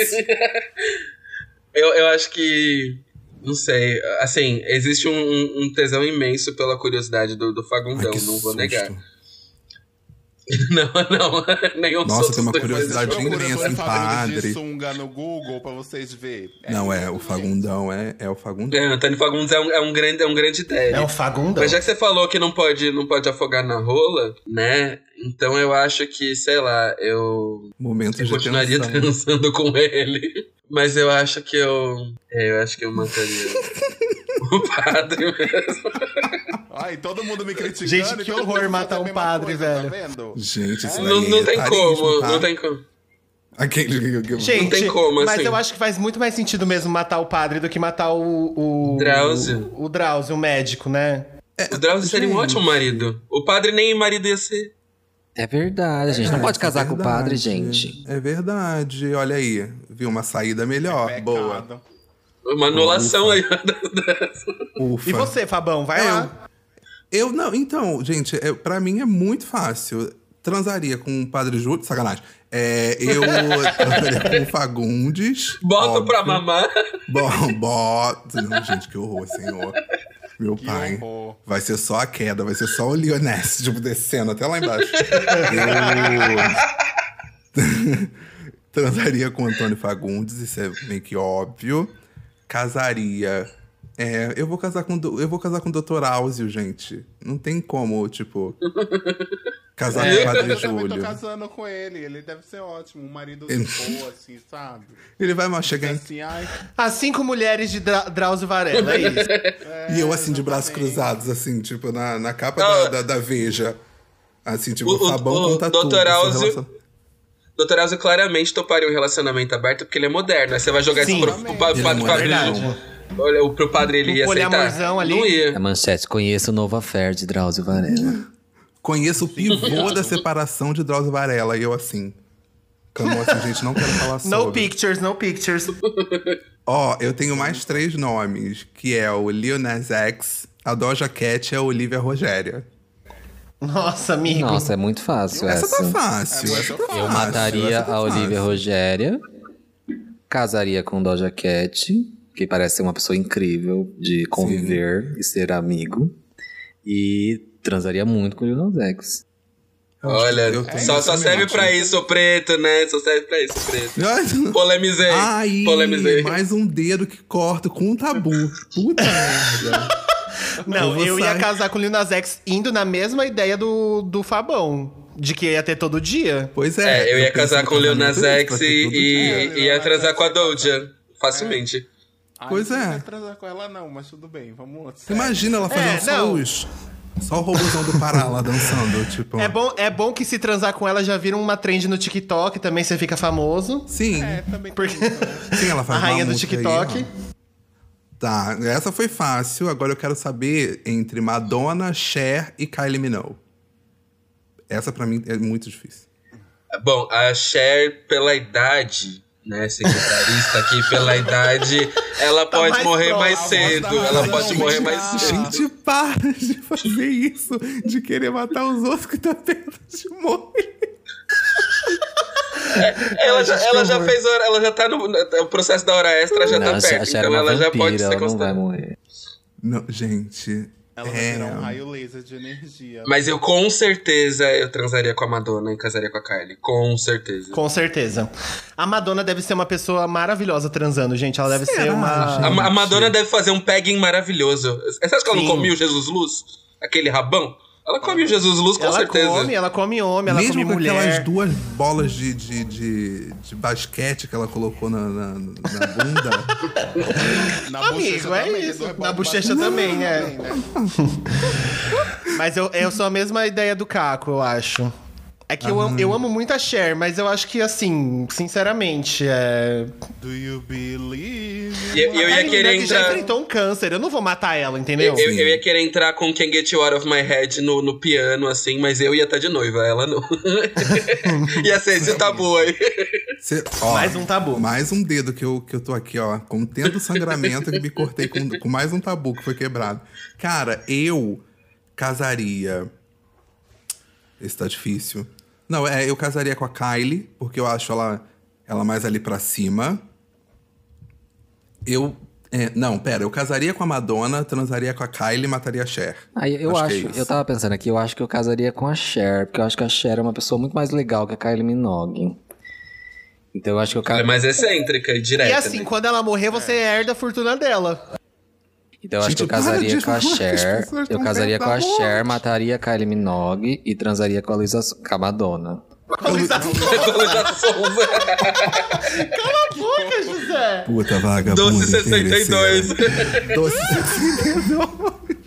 Speaker 2: eu, eu acho que. Não sei. Assim, existe um, um tesão imenso pela curiosidade do, do Fagundão,
Speaker 1: Ai, que
Speaker 2: não vou
Speaker 1: susto.
Speaker 2: negar. Não, não, nenhum dos
Speaker 1: Nossa,
Speaker 2: outros
Speaker 1: tem uma
Speaker 2: dois.
Speaker 1: curiosidade
Speaker 5: Procura
Speaker 1: imensa
Speaker 5: Antônio
Speaker 1: em
Speaker 5: Fagundes
Speaker 1: padre.
Speaker 5: de sunga no Google pra vocês verem.
Speaker 1: Não, é,
Speaker 5: isso,
Speaker 1: o
Speaker 5: gente.
Speaker 1: Fagundão é, é o Fagundão.
Speaker 2: É, Antônio Fagundes é um, é um grande, é um grande ideia.
Speaker 3: É um Fagundão.
Speaker 2: Mas já que você falou que não pode, não pode afogar na rola, né? Então eu acho que, sei lá, eu,
Speaker 1: Momentos
Speaker 2: eu
Speaker 1: de
Speaker 2: continuaria
Speaker 1: tensão.
Speaker 2: transando com ele. Mas eu acho que eu. É, eu acho que eu mataria o padre mesmo.
Speaker 5: Ai, todo mundo me criticando.
Speaker 3: Gente,
Speaker 5: e
Speaker 3: que
Speaker 5: todo
Speaker 3: horror
Speaker 5: mundo fazendo
Speaker 3: matar
Speaker 5: a
Speaker 3: um
Speaker 5: mesma
Speaker 3: padre,
Speaker 5: coisa,
Speaker 3: velho.
Speaker 5: Tá vendo?
Speaker 1: Gente, isso
Speaker 2: Não,
Speaker 1: aí
Speaker 2: não
Speaker 1: é
Speaker 2: tem
Speaker 1: etarismo,
Speaker 2: como,
Speaker 1: tá?
Speaker 2: não tem como.
Speaker 1: Aquele...
Speaker 3: Gente,
Speaker 2: Não tem como,
Speaker 3: mas
Speaker 2: assim.
Speaker 3: eu acho que faz muito mais sentido mesmo matar o padre do que matar o... o
Speaker 2: Drauzio.
Speaker 3: O, o Drauzio, o médico, né?
Speaker 2: O Drauzio seria um
Speaker 1: gente.
Speaker 2: ótimo marido. O padre nem marido ia ser.
Speaker 4: É verdade, a gente não pode
Speaker 1: É
Speaker 4: casar com o padre,
Speaker 1: verdade.
Speaker 4: gente.
Speaker 1: É verdade, olha aí. Viu uma saída melhor,
Speaker 5: Pecado.
Speaker 1: boa.
Speaker 2: Uma anulação
Speaker 1: Ufa.
Speaker 2: aí.
Speaker 1: Ufa.
Speaker 3: E você, Fabão, vai
Speaker 1: É,
Speaker 3: lá.
Speaker 1: Eu não, então, gente, é, pra mim é muito fácil. Transaria com o Padre Júlio, sacanagem. É, eu transaria com o Fagundes.
Speaker 2: Bota
Speaker 1: óbvio.
Speaker 2: pra mamar.
Speaker 1: Bo- Bota. Não, gente, que horror, senhor. Meu
Speaker 5: Que
Speaker 1: pai.
Speaker 5: horror.
Speaker 1: Vai ser só a queda, vai ser só o Lioness, tipo, descendo até lá embaixo. Eu transaria com o Antônio Fagundes, isso é meio que óbvio. Casaria. É, eu vou casar com do- eu vou casar com o doutor Áuzio, gente. Não tem como, tipo, casar com o Padre
Speaker 5: Eu também tô
Speaker 1: Júlio.
Speaker 5: casando com ele. Ele deve ser ótimo. Um marido
Speaker 1: Ele-
Speaker 5: de boa, assim, sabe?
Speaker 1: Ele vai mal chegar em...
Speaker 5: Assim, ai,
Speaker 3: As cinco mulheres de Dra Drauzio Varela, é isso.
Speaker 1: E eu, assim, de braços cruzados, assim, tipo, na, na capa
Speaker 2: Não.
Speaker 1: da, da, da Veja. Assim, tipo,
Speaker 2: O-
Speaker 1: o
Speaker 2: o-
Speaker 1: Fabão
Speaker 2: o
Speaker 1: conta
Speaker 2: doutor
Speaker 1: tudo. esse
Speaker 2: Áuzio-
Speaker 1: relacion-
Speaker 2: Doutor Áuzio claramente toparia um relacionamento aberto porque ele é moderno. Aí você vai jogar
Speaker 3: Sim.
Speaker 2: isso pro, pro, pro,
Speaker 1: Ele é
Speaker 2: padre
Speaker 1: moderno.
Speaker 2: Fabrício. Olha, o- pro padre ele
Speaker 3: Um
Speaker 2: ia aceitar.
Speaker 3: poliamorzão ali.
Speaker 2: Não
Speaker 4: A
Speaker 2: ia.
Speaker 4: manchete, conheça o novo affair de Drauzio Varela.
Speaker 1: Conheço o pivô da separação de Drauzio Varela. E eu, assim... Calma, assim, gente, não quero falar sobre.
Speaker 3: No pictures, no pictures.
Speaker 1: Ó, eu tenho mais três nomes, que é o Lil Nas X, a Doja Cat e a Olivia Rogéria.
Speaker 3: Nossa, amigo.
Speaker 4: Nossa, é muito fácil essa.
Speaker 1: Essa tá fácil,
Speaker 5: É
Speaker 1: essa
Speaker 5: muito
Speaker 1: tá
Speaker 4: Eu
Speaker 1: fácil.
Speaker 4: mataria
Speaker 1: essa tá
Speaker 4: a Olivia
Speaker 1: fácil.
Speaker 4: Rogéria, casaria com Doja Cat, que parece ser uma pessoa incrível de conviver e ser amigo, e transaria muito com o Lil Nas X.
Speaker 2: Olha,
Speaker 1: eu tenho
Speaker 2: só, só
Speaker 1: essa
Speaker 2: serve
Speaker 1: mente.
Speaker 2: pra isso, preto, né? Só serve pra isso, preto. Polemizei.
Speaker 1: Ai,
Speaker 2: Polemizei.
Speaker 1: mais um dedo que corta com um tabu. Puta merda.
Speaker 3: Não,
Speaker 1: Eu
Speaker 3: eu,
Speaker 1: vou
Speaker 3: ia
Speaker 1: sair.
Speaker 3: casar com o Lil Nas X indo na mesma ideia do, do Fabão. De que ia ter todo dia.
Speaker 1: Pois é.
Speaker 2: É, eu ia
Speaker 1: penso
Speaker 2: casar
Speaker 1: no
Speaker 2: com o Lil Nas
Speaker 1: casamento
Speaker 2: X
Speaker 1: pra ter
Speaker 2: e,
Speaker 1: todo
Speaker 2: e
Speaker 1: dia.
Speaker 5: dia.
Speaker 2: ia transar com a Doja. Facilmente.
Speaker 1: Pois
Speaker 5: Ai,
Speaker 1: é.
Speaker 5: Não vai transar com ela não, mas tudo bem, vamos...
Speaker 1: Imagina ela fazendo
Speaker 3: É,
Speaker 1: só
Speaker 3: não.
Speaker 1: os... Só o robôzão do Pará lá dançando, tipo...
Speaker 3: É bom, é bom que se transar com ela já vira uma trend no TikTok, também você fica famoso.
Speaker 1: Sim,
Speaker 5: É, também tem
Speaker 3: Porque
Speaker 5: isso, né?
Speaker 1: sim, ela
Speaker 3: a
Speaker 1: faz
Speaker 3: rainha
Speaker 1: uma
Speaker 3: do
Speaker 1: música aí,
Speaker 3: TikTok.
Speaker 1: ó. Tá, essa foi fácil. Agora eu quero saber entre Madonna, Cher e Kylie Minogue. Essa pra mim é muito difícil.
Speaker 2: Bom, a Cher, pela idade, né, secretarista aqui, pela idade, ela pode
Speaker 3: mais
Speaker 2: morrer
Speaker 3: próximo.
Speaker 2: mais
Speaker 5: A voz
Speaker 2: cedo.
Speaker 5: da
Speaker 2: Ela
Speaker 5: Madonna
Speaker 2: pode
Speaker 5: não
Speaker 2: morrer
Speaker 5: vai
Speaker 2: mais
Speaker 5: dar.
Speaker 2: cedo.
Speaker 1: Gente, para de fazer isso, de querer matar os outros que tá perto de morrer.
Speaker 2: Ela já,
Speaker 3: gente,
Speaker 2: ela
Speaker 3: que
Speaker 2: já
Speaker 3: horror.
Speaker 2: fez hora, ela já tá no. O processo da hora extra já
Speaker 4: Não,
Speaker 2: tá
Speaker 4: a Cher-
Speaker 2: perto.
Speaker 4: a Cher é
Speaker 2: Então
Speaker 4: uma
Speaker 2: ela já
Speaker 4: vampira,
Speaker 2: pode ser
Speaker 4: ela não vai
Speaker 2: considerada.
Speaker 4: morrer.
Speaker 1: Não, gente...
Speaker 5: Ela vai
Speaker 1: é...
Speaker 5: virar um raio laser de energia.
Speaker 2: Mas eu com certeza eu transaria com a Madonna e casaria com a Kylie. Com certeza.
Speaker 3: Com certeza. A Madonna deve ser uma pessoa maravilhosa transando, gente. Ela deve
Speaker 1: Será,
Speaker 3: ser uma...
Speaker 1: gente?
Speaker 2: A, Ma- a Madonna deve fazer um pegging maravilhoso. Você acha que ela não
Speaker 3: Sim.
Speaker 2: comia o Jesus Luz? Aquele rabão? Ela come o Jesus Luz, com
Speaker 3: ela
Speaker 2: certeza.
Speaker 3: come, ela come homem, ela
Speaker 1: Mesmo
Speaker 3: come
Speaker 1: com
Speaker 3: mulher.
Speaker 1: aquelas duas bolas de, de, de, de basquete que ela colocou na, na, na bunda.
Speaker 5: Na
Speaker 3: Amigo, é
Speaker 5: também,
Speaker 3: isso.
Speaker 5: do
Speaker 3: Na
Speaker 5: rebote
Speaker 3: bochecha
Speaker 5: bate-
Speaker 3: também, é.
Speaker 5: também, né?
Speaker 3: Mas eu, eu sou a mesma ideia do Caco, eu acho. É que eu, amo, eu amo muito a Cher, mas eu acho que, assim, sinceramente, é...
Speaker 5: Do you believe?
Speaker 2: E eu, eu ia
Speaker 3: A
Speaker 2: querer
Speaker 3: menina que já
Speaker 2: entrar.
Speaker 3: enfrentou um câncer, eu não vou matar ela, entendeu?
Speaker 2: Eu, eu ia querer entrar com Can't Get You Out of My Head no, no piano, assim, mas eu ia estar de noiva, ela não. Ia ser esse tabu aí.
Speaker 1: Cê- ó,
Speaker 3: Mais um tabu.
Speaker 1: Mais um dedo que eu, que eu tô aqui, ó, contendo sangramento que me cortei com, com mais um tabu que foi quebrado. Cara, eu casaria... Esse tá difícil. Não, é, eu casaria com a Kylie, porque eu acho ela, ela mais ali pra cima. Eu... é, não, pera, eu casaria com a Madonna, transaria com a Kylie e mataria a Cher.
Speaker 4: Aí eu
Speaker 1: Acho
Speaker 4: acho,
Speaker 1: que é isso.
Speaker 4: eu tava pensando aqui, eu acho que eu casaria com a Cher, porque eu acho que a Cher é uma pessoa muito mais legal que a Kylie Minogue. Então eu acho que eu
Speaker 2: Ela é
Speaker 4: casaria.
Speaker 2: mais excêntrica e direta.
Speaker 3: E assim,
Speaker 2: né?
Speaker 3: quando ela morrer, você herda a fortuna dela.
Speaker 4: Então eu acho
Speaker 1: Gente,
Speaker 4: que eu
Speaker 1: para
Speaker 4: casaria
Speaker 1: de
Speaker 4: com a
Speaker 1: falar que as
Speaker 4: Cher.
Speaker 1: pessoas
Speaker 4: Eu
Speaker 1: tão
Speaker 4: casaria
Speaker 1: perto
Speaker 4: com a
Speaker 1: da
Speaker 4: Cher,
Speaker 1: morte.
Speaker 4: mataria a Kylie Minogue e transaria com a Luísa, com a Madonna.
Speaker 3: Luísa
Speaker 2: Souza.
Speaker 3: Cala a boca, José!
Speaker 1: Puta vagabunda.
Speaker 2: Doce sessenta e dois.
Speaker 1: Doce sessenta e dois.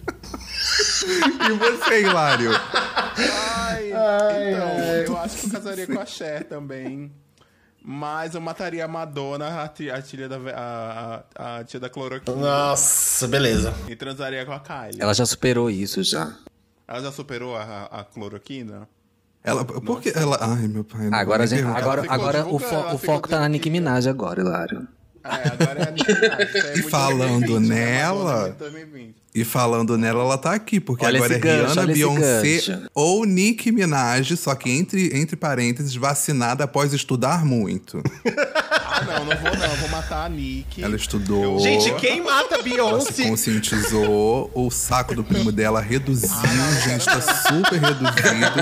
Speaker 1: E você, Hilário?
Speaker 5: Ai, então, eu acho que eu casaria com a Cher também. Mas eu mataria a Madonna, a tia, a tia da, a, a, a tia da cloroquina.
Speaker 3: Nossa, beleza.
Speaker 5: E transaria com a Kylie.
Speaker 4: Ela já superou isso já.
Speaker 5: Ela já superou a, a cloroquina?
Speaker 1: Ela, por que ela... Ai, meu pai. não
Speaker 4: Agora, a
Speaker 1: vou nem
Speaker 4: gente,
Speaker 1: perguntar.
Speaker 4: agora,
Speaker 5: ficou
Speaker 4: agora o,
Speaker 5: divulgando,
Speaker 4: fo-
Speaker 5: ela
Speaker 4: o
Speaker 5: ficou
Speaker 4: foco tá na
Speaker 5: dizendo
Speaker 4: Nicki
Speaker 5: que-
Speaker 4: Minaj agora, Hilário.
Speaker 5: É, agora é a Nicki Minaj. Isso é
Speaker 1: E
Speaker 5: muito
Speaker 1: falando
Speaker 5: dois mil e vinte, né?
Speaker 1: nela-
Speaker 5: Madonna dois mil e vinte.
Speaker 1: E falando nela, ela tá aqui, porque
Speaker 4: Olha
Speaker 1: agora
Speaker 4: esse
Speaker 1: é
Speaker 4: gancho,
Speaker 1: Rihanna,
Speaker 4: olha esse
Speaker 1: Beyoncé
Speaker 4: gancho.
Speaker 1: ou Nicki Minaj, só que entre, entre parênteses, vacinada após estudar muito.
Speaker 5: Ah, não, não vou não. Eu vou matar a Nick.
Speaker 1: Ela estudou.
Speaker 3: Gente, quem mata
Speaker 1: Ela se
Speaker 3: Beyoncé?
Speaker 1: conscientizou, o saco do primo dela reduziu, gente, tá super reduzido.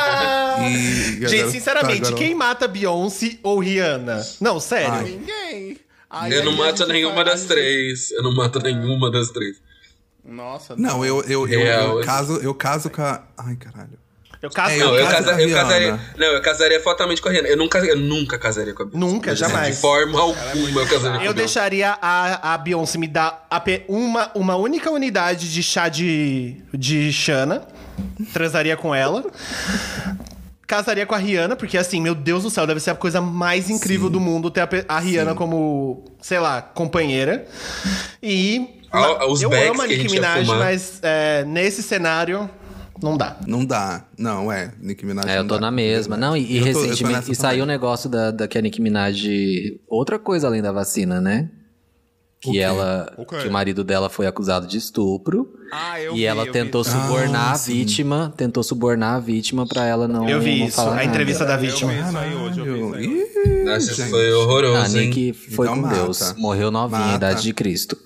Speaker 1: E agora-
Speaker 3: Gente, sinceramente,
Speaker 1: agora-
Speaker 3: quem mata Beyoncé ou Rihanna? Não, sério.
Speaker 1: Ai.
Speaker 5: Ninguém. Aí
Speaker 2: Eu não
Speaker 5: aí a
Speaker 2: mato
Speaker 5: gente
Speaker 2: nenhuma
Speaker 5: faz-
Speaker 2: das três. Eu não mato nenhuma das três.
Speaker 5: Nossa,
Speaker 1: Não, eu, eu, eu,
Speaker 2: Real,
Speaker 1: eu caso, eu caso com a... Ai, caralho.
Speaker 3: Eu caso
Speaker 1: É,
Speaker 3: com
Speaker 2: Não, eu,
Speaker 1: caso
Speaker 2: casa,
Speaker 1: com a
Speaker 2: eu casaria.
Speaker 1: Rihanna.
Speaker 2: Não, eu casaria fatalmente com a Rihanna. Eu nunca, eu nunca casaria com a Beyoncé.
Speaker 3: Nunca,
Speaker 2: Mas, assim,
Speaker 3: jamais.
Speaker 2: De forma alguma eu casaria com a
Speaker 3: Eu
Speaker 2: Beyoncé.
Speaker 3: deixaria a, a Beyoncé me dar ape- uma, uma única unidade de chá de, de Xana. Transaria com ela. Casaria com a Rihanna, porque assim, meu Deus do céu, deve ser a coisa mais incrível
Speaker 1: Sim.
Speaker 3: do mundo ter a, pe- a Rihanna
Speaker 1: Sim.
Speaker 3: como, sei lá, companheira. E
Speaker 2: Ah, os
Speaker 3: eu
Speaker 2: bags
Speaker 3: amo a
Speaker 2: que a
Speaker 3: Nicki
Speaker 2: gente ia
Speaker 3: Minaj,
Speaker 2: fumar.
Speaker 3: mas é, nesse cenário, não dá.
Speaker 1: Não dá. Não, é. Nicki Minaj
Speaker 4: É, eu
Speaker 1: não
Speaker 4: tô
Speaker 1: dá.
Speaker 4: na mesma. Não, e, e
Speaker 1: Eu tô- eu tô
Speaker 4: recentemente
Speaker 1: nessa
Speaker 4: e saiu o
Speaker 1: também.
Speaker 4: negócio da, da que a Nicki Minaj. Outra coisa além da vacina, né?
Speaker 1: O
Speaker 4: Que
Speaker 1: quê?
Speaker 4: ela.
Speaker 5: O quê?
Speaker 4: Que o marido dela foi acusado de estupro.
Speaker 5: Ah, eu
Speaker 4: e
Speaker 5: vi,
Speaker 4: ela
Speaker 5: eu vi.
Speaker 4: tentou subornar
Speaker 1: Ah,
Speaker 4: a
Speaker 1: sim.
Speaker 4: vítima. Tentou subornar a vítima pra ela não.
Speaker 3: Eu vi
Speaker 4: não
Speaker 3: isso,
Speaker 4: falar
Speaker 3: a
Speaker 4: nada.
Speaker 3: entrevista da
Speaker 5: Eu vi
Speaker 3: vítima.
Speaker 5: isso aí hoje, eu vi isso aí hoje.
Speaker 1: Ih,
Speaker 2: Nossa, isso
Speaker 1: gente.
Speaker 2: foi
Speaker 4: A
Speaker 2: horroroso, hein?
Speaker 4: Nick foi
Speaker 1: Então
Speaker 4: com
Speaker 1: mata.
Speaker 4: Deus. Morreu novinha,
Speaker 1: Mata.
Speaker 4: idade de Cristo.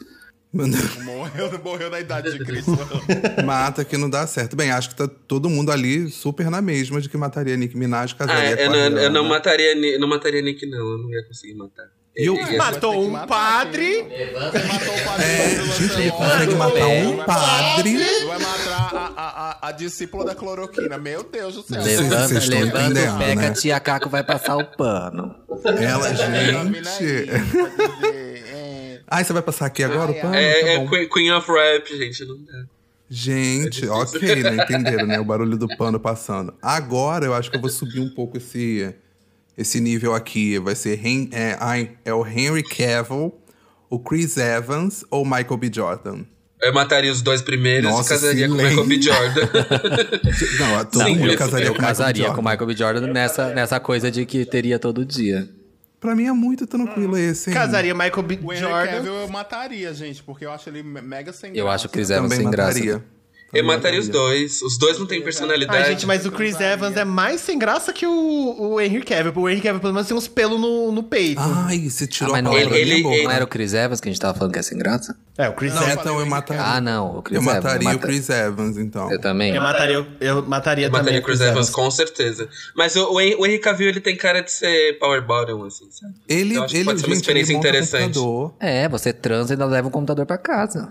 Speaker 5: Morreu, morreu na idade de Cristo.
Speaker 1: Mata que não dá certo. Bem, acho que tá todo mundo ali super na mesma de que mataria Nicki Minaj, casaria
Speaker 2: ah,
Speaker 1: com
Speaker 2: eu,
Speaker 1: a
Speaker 2: não,
Speaker 1: Rihanna.
Speaker 2: eu não mataria, não mataria Nick, não. Eu não ia conseguir matar.
Speaker 1: Eu,
Speaker 2: Ele ia-
Speaker 3: Matou um padre.
Speaker 5: Você matou o padre.
Speaker 1: É,
Speaker 5: do
Speaker 1: gente, ele
Speaker 5: Lancelot.
Speaker 1: consegue matar um
Speaker 5: Vai
Speaker 1: padre.
Speaker 5: Vai matar a, a, a, a discípula da cloroquina. Meu Deus do céu.
Speaker 4: Levanta,
Speaker 1: vocês estão
Speaker 4: levanta,
Speaker 1: entendendo,
Speaker 4: pega,
Speaker 1: né?
Speaker 4: a tia Caco vai passar o pano.
Speaker 1: Ela,
Speaker 5: Termina aí,
Speaker 1: gente.
Speaker 5: pode dizer, é.
Speaker 1: Ai, você vai passar aqui agora? Pano?
Speaker 2: É,
Speaker 1: Tá
Speaker 2: é
Speaker 1: bom.
Speaker 2: Queen, Queen of Rap, gente. Não dá.
Speaker 1: Gente,
Speaker 2: É
Speaker 1: ok, né? Entenderam, né? O barulho do pano passando. Agora eu acho que eu vou subir um pouco esse, esse nível aqui. Vai ser Hen- é, ai, é o Henry Cavill, o Chris Evans ou Michael B. Jordan?
Speaker 2: Eu mataria os dois primeiros
Speaker 1: Nossa,
Speaker 2: e casaria com o
Speaker 1: silêncio.
Speaker 2: Michael B. Jordan.
Speaker 1: Não, todo
Speaker 2: Sim,
Speaker 1: mundo
Speaker 2: eu-
Speaker 1: casaria
Speaker 4: Eu
Speaker 1: com o Michael B.
Speaker 4: casaria
Speaker 1: Jordan.
Speaker 4: com o Michael B. Jordan nessa, nessa coisa de que teria todo dia.
Speaker 1: Pra mim é muito tranquilo esse, hein?
Speaker 3: Casaria Michael B.
Speaker 5: O Henry
Speaker 3: Jordan.
Speaker 5: Cavill eu mataria, gente, porque eu acho ele mega sem graça.
Speaker 4: Eu acho o Chris Evans
Speaker 1: Também
Speaker 4: sem graça.
Speaker 1: mataria.
Speaker 2: Eu mataria os dois. Os dois não têm personalidade.
Speaker 3: Ai, gente, mas o Chris Evans é mais sem graça que o, o Henry Cavill. O Henry Cavill pelo menos tem uns pelos no, no peito.
Speaker 1: Ai, você tirou
Speaker 4: Ah,
Speaker 1: a
Speaker 4: mas não,
Speaker 1: palavra
Speaker 2: ele-
Speaker 1: da minha
Speaker 2: ele-
Speaker 1: boca.
Speaker 4: Não era o Chris Evans que a gente tava falando que é sem graça?
Speaker 3: É, o Chris
Speaker 1: Não,
Speaker 3: Evans.
Speaker 1: então eu mataria.
Speaker 4: Ah, não, o Chris
Speaker 1: eu
Speaker 4: Evans.
Speaker 1: mataria
Speaker 4: eu
Speaker 1: o
Speaker 4: mata-
Speaker 1: Chris Evans, então.
Speaker 4: Eu também.
Speaker 3: Eu mataria, eu, eu mataria
Speaker 2: Eu
Speaker 3: também
Speaker 2: mataria o Chris Evans, com certeza. Mas o, o Hen- o Henry Cavill, ele tem cara de ser power bottom, assim, sabe?
Speaker 1: Ele,
Speaker 2: Eu acho que
Speaker 1: ele,
Speaker 2: pode ser uma
Speaker 1: gente,
Speaker 2: experiência
Speaker 1: ele monta
Speaker 2: interessante.
Speaker 1: computador.
Speaker 4: É, você transa e ainda leva um computador pra casa.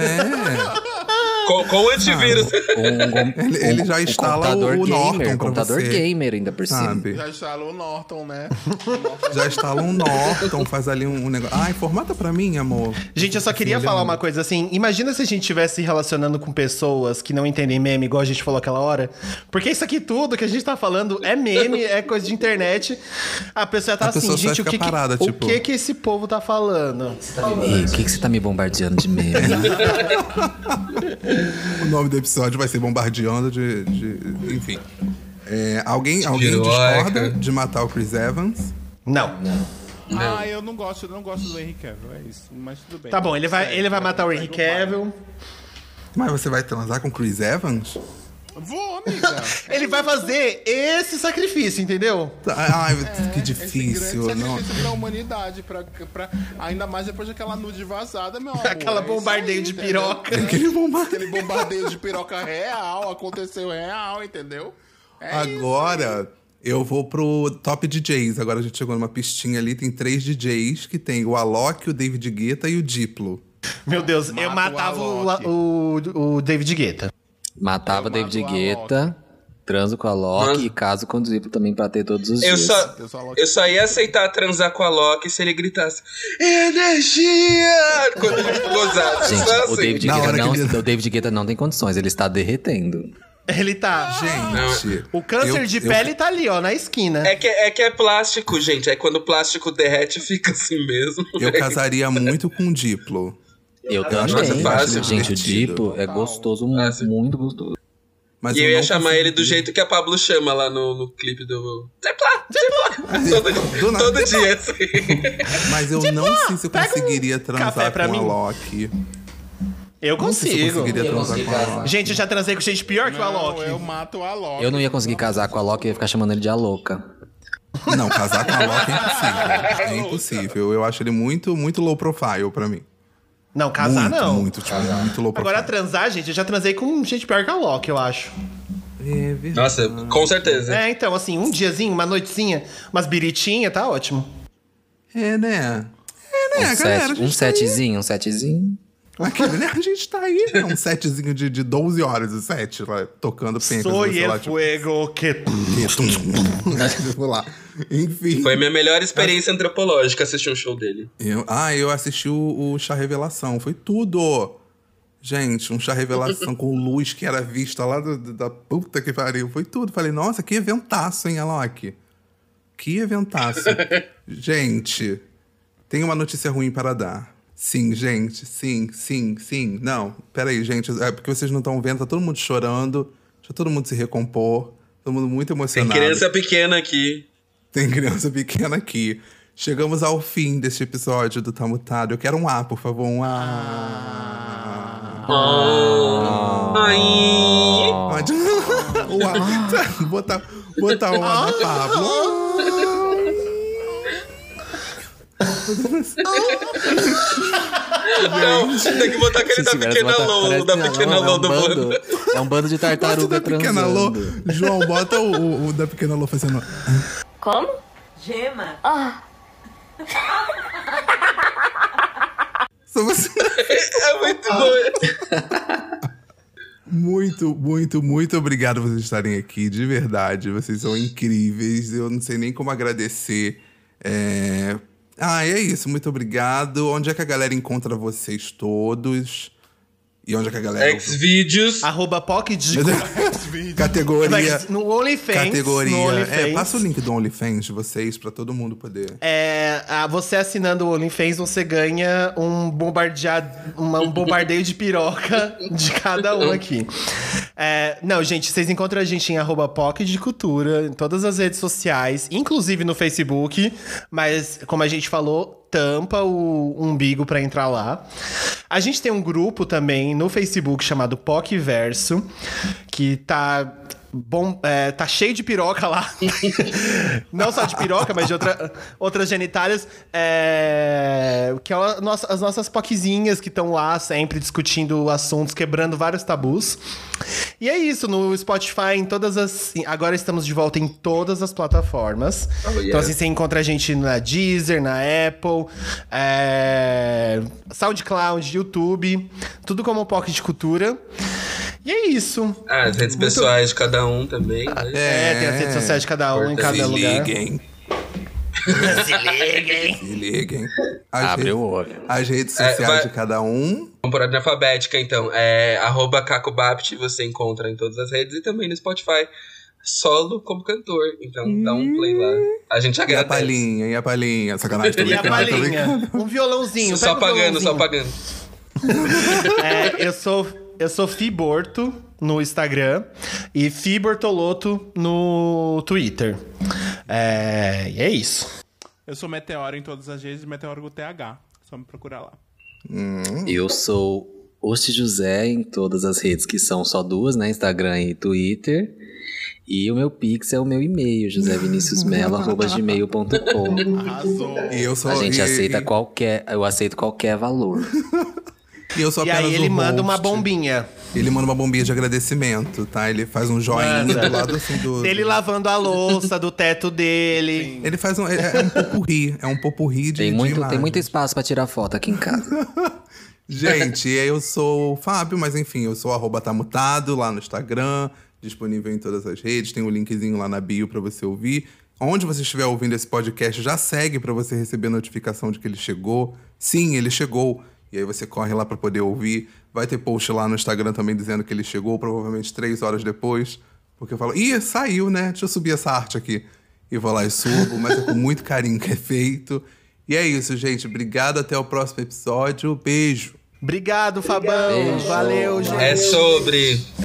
Speaker 1: É.
Speaker 2: Com, com o antivírus.
Speaker 4: Um, um,
Speaker 1: Ele- ele já
Speaker 4: um
Speaker 1: instala
Speaker 4: computador
Speaker 1: o- o
Speaker 4: gamer,
Speaker 1: Norton pra
Speaker 4: computador
Speaker 1: você.
Speaker 4: gamer ainda por cima.
Speaker 1: Sabe?
Speaker 5: Já instalou o Norton, né?
Speaker 1: Já instala um Norton, faz ali um, um negócio. Ai, formata pra mim, amor.
Speaker 3: Gente, eu só queria falar uma coisa assim. Imagina se a gente estivesse se relacionando com pessoas que não entendem meme, igual a gente falou aquela hora. Porque isso aqui tudo que a gente tá falando é meme, é coisa de internet. A pessoa tá
Speaker 1: A
Speaker 3: assim,
Speaker 1: pessoa só
Speaker 3: gente, o
Speaker 1: fica
Speaker 3: que, que-
Speaker 1: parada,
Speaker 3: o
Speaker 1: tipo-
Speaker 3: que que esse povo tá falando?
Speaker 4: Ei, o que, que você tá me bombardeando de meme?
Speaker 1: O nome do episódio vai ser Bombardeando de... de- enfim. É, alguém alguém
Speaker 2: Tirou,
Speaker 1: discorda
Speaker 2: cara.
Speaker 1: de matar o Chris Evans?
Speaker 3: Não.
Speaker 5: Ah, eu não gosto, eu não gosto do Henry Cavill, é isso. Mas tudo bem.
Speaker 3: Tá bom, ele vai,
Speaker 5: Segue,
Speaker 3: ele vai matar o Henry
Speaker 5: segue baile.
Speaker 3: Cavill.
Speaker 1: Mas você vai transar com o Chris Evans?
Speaker 5: Vou, amiga.
Speaker 3: Ele vai fazer esse sacrifício, entendeu?
Speaker 1: Ai, que
Speaker 5: Esse
Speaker 1: difícil.
Speaker 5: grande
Speaker 1: Não.
Speaker 5: sacrifício da humanidade, pra, pra, ainda mais depois daquela nude vazada, meu amor.
Speaker 3: Aquela
Speaker 5: É isso
Speaker 3: bombardeio
Speaker 5: aí,
Speaker 3: de
Speaker 5: entendeu?
Speaker 3: piroca.
Speaker 1: Aquele bombardeio.
Speaker 5: Aquele bombardeio de piroca real, aconteceu real, entendeu? É isso.
Speaker 1: Agora, eu vou pro top D Js. Agora a gente chegou numa pistinha ali, tem três D Js, que tem o Alok, o David Guetta e o Diplo.
Speaker 3: Meu Deus,
Speaker 5: Mata
Speaker 3: eu
Speaker 5: o
Speaker 3: matava o,
Speaker 5: Alok.
Speaker 3: o, o David Guetta.
Speaker 4: Matava
Speaker 5: Eu
Speaker 4: David
Speaker 5: mato o
Speaker 4: Guetta, transo com a Loki
Speaker 2: Mano.
Speaker 4: e caso com o Diplo também pra ter todos os
Speaker 2: Eu
Speaker 4: dias.
Speaker 2: só,
Speaker 5: Eu só-
Speaker 2: eu só ia aceitar transar com a Loki se ele gritasse energia! Quando ele gozasse.
Speaker 4: Gente,
Speaker 2: só
Speaker 4: o
Speaker 2: assim.
Speaker 4: David,
Speaker 1: Na
Speaker 4: Guetta
Speaker 1: hora
Speaker 4: não,
Speaker 1: que ele-
Speaker 4: o David Guetta não tem condições, ele está derretendo.
Speaker 3: Ele tá.
Speaker 1: Gente,
Speaker 3: O câncer
Speaker 1: eu-
Speaker 3: de
Speaker 1: eu-
Speaker 3: pele tá ali, ó, na esquina.
Speaker 2: É que, é que é plástico, gente. É quando o plástico derrete, fica assim mesmo.
Speaker 1: Eu casaria muito com o Diplo.
Speaker 4: Eu
Speaker 2: Nossa,
Speaker 4: também.
Speaker 2: fácil.
Speaker 4: Gente, o
Speaker 1: Divertido.
Speaker 4: Diplo é gostoso,
Speaker 2: Fácil.
Speaker 4: muito gostoso.
Speaker 1: Mas
Speaker 2: E eu ia
Speaker 1: não
Speaker 2: chamar ele do
Speaker 1: conseguiria.
Speaker 2: jeito que a Pablo chama lá no, no clipe do. Zeplá! Zeplá! Todo,
Speaker 1: Do nada.
Speaker 2: todo dia, assim.
Speaker 1: Mas eu não sei se eu
Speaker 3: pega um
Speaker 1: conseguiria
Speaker 3: café
Speaker 1: transar
Speaker 3: pra
Speaker 1: com
Speaker 3: mim.
Speaker 1: a Alok.
Speaker 3: Eu
Speaker 1: Não sei se eu
Speaker 3: consigo.
Speaker 1: conseguiria transar com a Alok.
Speaker 3: Gente, eu já transei com gente pior que o
Speaker 5: Não,
Speaker 3: Alok.
Speaker 5: eu mato o Alok.
Speaker 4: Eu não ia conseguir casar com a Loki, eu ia ficar chamando ele de Aloca.
Speaker 1: Não, casar com a Alok é impossível. É impossível. Eu acho ele muito, muito low profile pra mim.
Speaker 3: Não, casar
Speaker 1: muito,
Speaker 3: não.
Speaker 1: muito, tipo, muito low profile.
Speaker 3: Agora, transar, gente, eu já transei com gente pior que o Alok, eu acho.
Speaker 1: É verdade.
Speaker 2: Nossa, com certeza.
Speaker 3: É, então, assim, um diazinho, uma noitinha, umas biritinhas, tá ótimo.
Speaker 1: É, né? É, né,
Speaker 4: Um,
Speaker 1: galera? a
Speaker 4: set,
Speaker 1: gente
Speaker 4: um
Speaker 1: tá
Speaker 4: setzinho, um setzinho.
Speaker 1: aí. Aquele, né? A gente tá aí, né? Um setzinho de, de doze horas, o set, lá, tocando pencas.
Speaker 3: Soy
Speaker 1: sei lá,
Speaker 3: el
Speaker 1: tipo,
Speaker 3: fuego que...
Speaker 1: Vou lá. Enfim.
Speaker 2: Foi a minha melhor experiência antropológica assistir um show dele.
Speaker 1: Eu, ah, eu assisti o, o Chá Revelação. Foi tudo. Gente, um Chá Revelação com luz que era vista lá do, do- da puta que pariu. Foi tudo. Falei, nossa, que eventaço, hein, Alok? Que eventaço. Gente, tem uma notícia ruim para dar. Sim, gente, sim, sim, sim. Não, peraí, gente. É porque vocês não estão vendo, tá todo mundo chorando. Deixa todo mundo se recompor. Todo mundo muito
Speaker 2: Tem
Speaker 1: emocionado.
Speaker 2: criança pequena aqui.
Speaker 1: Tem criança pequena aqui. Chegamos ao fim deste episódio do Tá Mutado. Eu quero um A, por favor. Um A.
Speaker 2: Ai.
Speaker 1: Pode- O A. Botar, botar o A da Pablo.
Speaker 2: Não, tem que botar aquele da pequena Lô, da pequena Lô do bando.
Speaker 4: É um bando de tartaruga transando.
Speaker 1: João, bota o, o, o da pequena Lô fazendo...
Speaker 8: Como? Gema. Ah.
Speaker 1: Só você...
Speaker 2: É muito bom.
Speaker 1: Muito, muito, muito obrigado por vocês estarem aqui, de verdade. Vocês são incríveis, eu não sei nem como agradecer. É... Ah, é isso, muito obrigado. Onde é que a galera encontra vocês todos? E onde é que a galera...
Speaker 2: Xvideos.
Speaker 3: Arroba Pocket.
Speaker 1: Categoria...
Speaker 3: No OnlyFans.
Speaker 1: Categoria...
Speaker 3: No OnlyFans.
Speaker 1: É, passa o link do OnlyFans de vocês pra todo mundo poder...
Speaker 3: É, você assinando o OnlyFans, você ganha um, bombardeado, uma, um bombardeio de piroca de cada um aqui. É, não, gente, vocês encontram a gente em arroba Pocket de Cultura, em todas as redes sociais, inclusive no Facebook, mas como a gente falou... tampa o umbigo pra entrar lá. A gente tem um grupo também no Facebook chamado Pocverso, que tá bom, é, tá cheio de piroca lá. Não só de piroca, mas de outra, outras genitálias. É, que é a nossa, as nossas poquezinhas que estão lá sempre discutindo assuntos, quebrando vários tabus. E é isso, no Spotify, em todas as... Agora estamos de volta em todas as plataformas. Oh, yeah. Então assim, você encontra a gente na Deezer, na Apple, é, SoundCloud, YouTube, tudo como Pocket de Cultura. E é isso.
Speaker 2: Ah, as redes Muito... pessoais de cada um também. Né?
Speaker 3: É, é, tem as redes sociais de cada um, em cada
Speaker 1: se
Speaker 3: lugar.
Speaker 1: Liguem.
Speaker 3: Se liguem.
Speaker 1: Se liguem. As
Speaker 4: Abre
Speaker 1: redes,
Speaker 4: o olho.
Speaker 1: As redes sociais é, vai... de cada um.
Speaker 2: Vamos por ordem alfabética, então. É arroba CacoBapt, você encontra em todas as redes e também no Spotify. Solo como cantor. Então hum. dá um play lá. A gente agradece.
Speaker 1: E a palhinha, e a palhinha. Sacanagem.
Speaker 3: E a palhinha. Um violãozinho.
Speaker 2: Só
Speaker 3: um
Speaker 2: pagando,
Speaker 3: violãozinho.
Speaker 2: só pagando.
Speaker 3: É, eu sou, eu sou Fiborto no Instagram e Fibortoloto no Twitter. É, e é isso.
Speaker 5: Eu sou Meteoro em todas as redes, Meteoro com T H. Só me procurar lá.
Speaker 1: Hum.
Speaker 4: Eu sou Oste José em todas as redes, que são só duas, né? Instagram e Twitter. E o meu Pix é o meu e-mail, josé vinicius melo arroba gmail ponto com.
Speaker 5: Arrasou.
Speaker 1: E eu sou,
Speaker 4: A gente
Speaker 1: e,
Speaker 4: aceita
Speaker 1: e...
Speaker 4: qualquer... Eu aceito qualquer valor.
Speaker 1: E eu sou
Speaker 3: e
Speaker 1: apenas
Speaker 3: aí ele
Speaker 1: o
Speaker 3: manda
Speaker 1: host.
Speaker 3: uma bombinha.
Speaker 1: Ele manda uma bombinha de agradecimento, tá? Ele faz um joinha
Speaker 3: Manda.
Speaker 1: do lado assim do...
Speaker 3: Dele lavando a louça do teto dele.
Speaker 5: Sim.
Speaker 1: Ele faz um... É, é um popurri. É um popurri de
Speaker 4: Tem muito,
Speaker 1: de
Speaker 4: tem muito espaço pra tirar foto aqui em casa.
Speaker 1: Gente, eu sou o Fábio, mas enfim, eu sou arroba tamutado lá no Instagram, disponível em todas as redes, tem um linkzinho lá na bio pra você ouvir. Onde você estiver ouvindo esse podcast, já segue pra você receber a notificação de que ele chegou. Sim, ele chegou. E aí você corre lá pra poder ouvir. Vai ter post lá no Instagram também dizendo que ele chegou, provavelmente três horas depois. Porque eu falo, ih, saiu, né? Deixa eu subir essa arte aqui. E vou lá e subo, mas é com muito carinho que é feito. E é isso, gente. Obrigado, até o próximo episódio. Beijo.
Speaker 3: Obrigado, Fabão.
Speaker 4: Beijo.
Speaker 3: Valeu, gente.
Speaker 2: É sobre...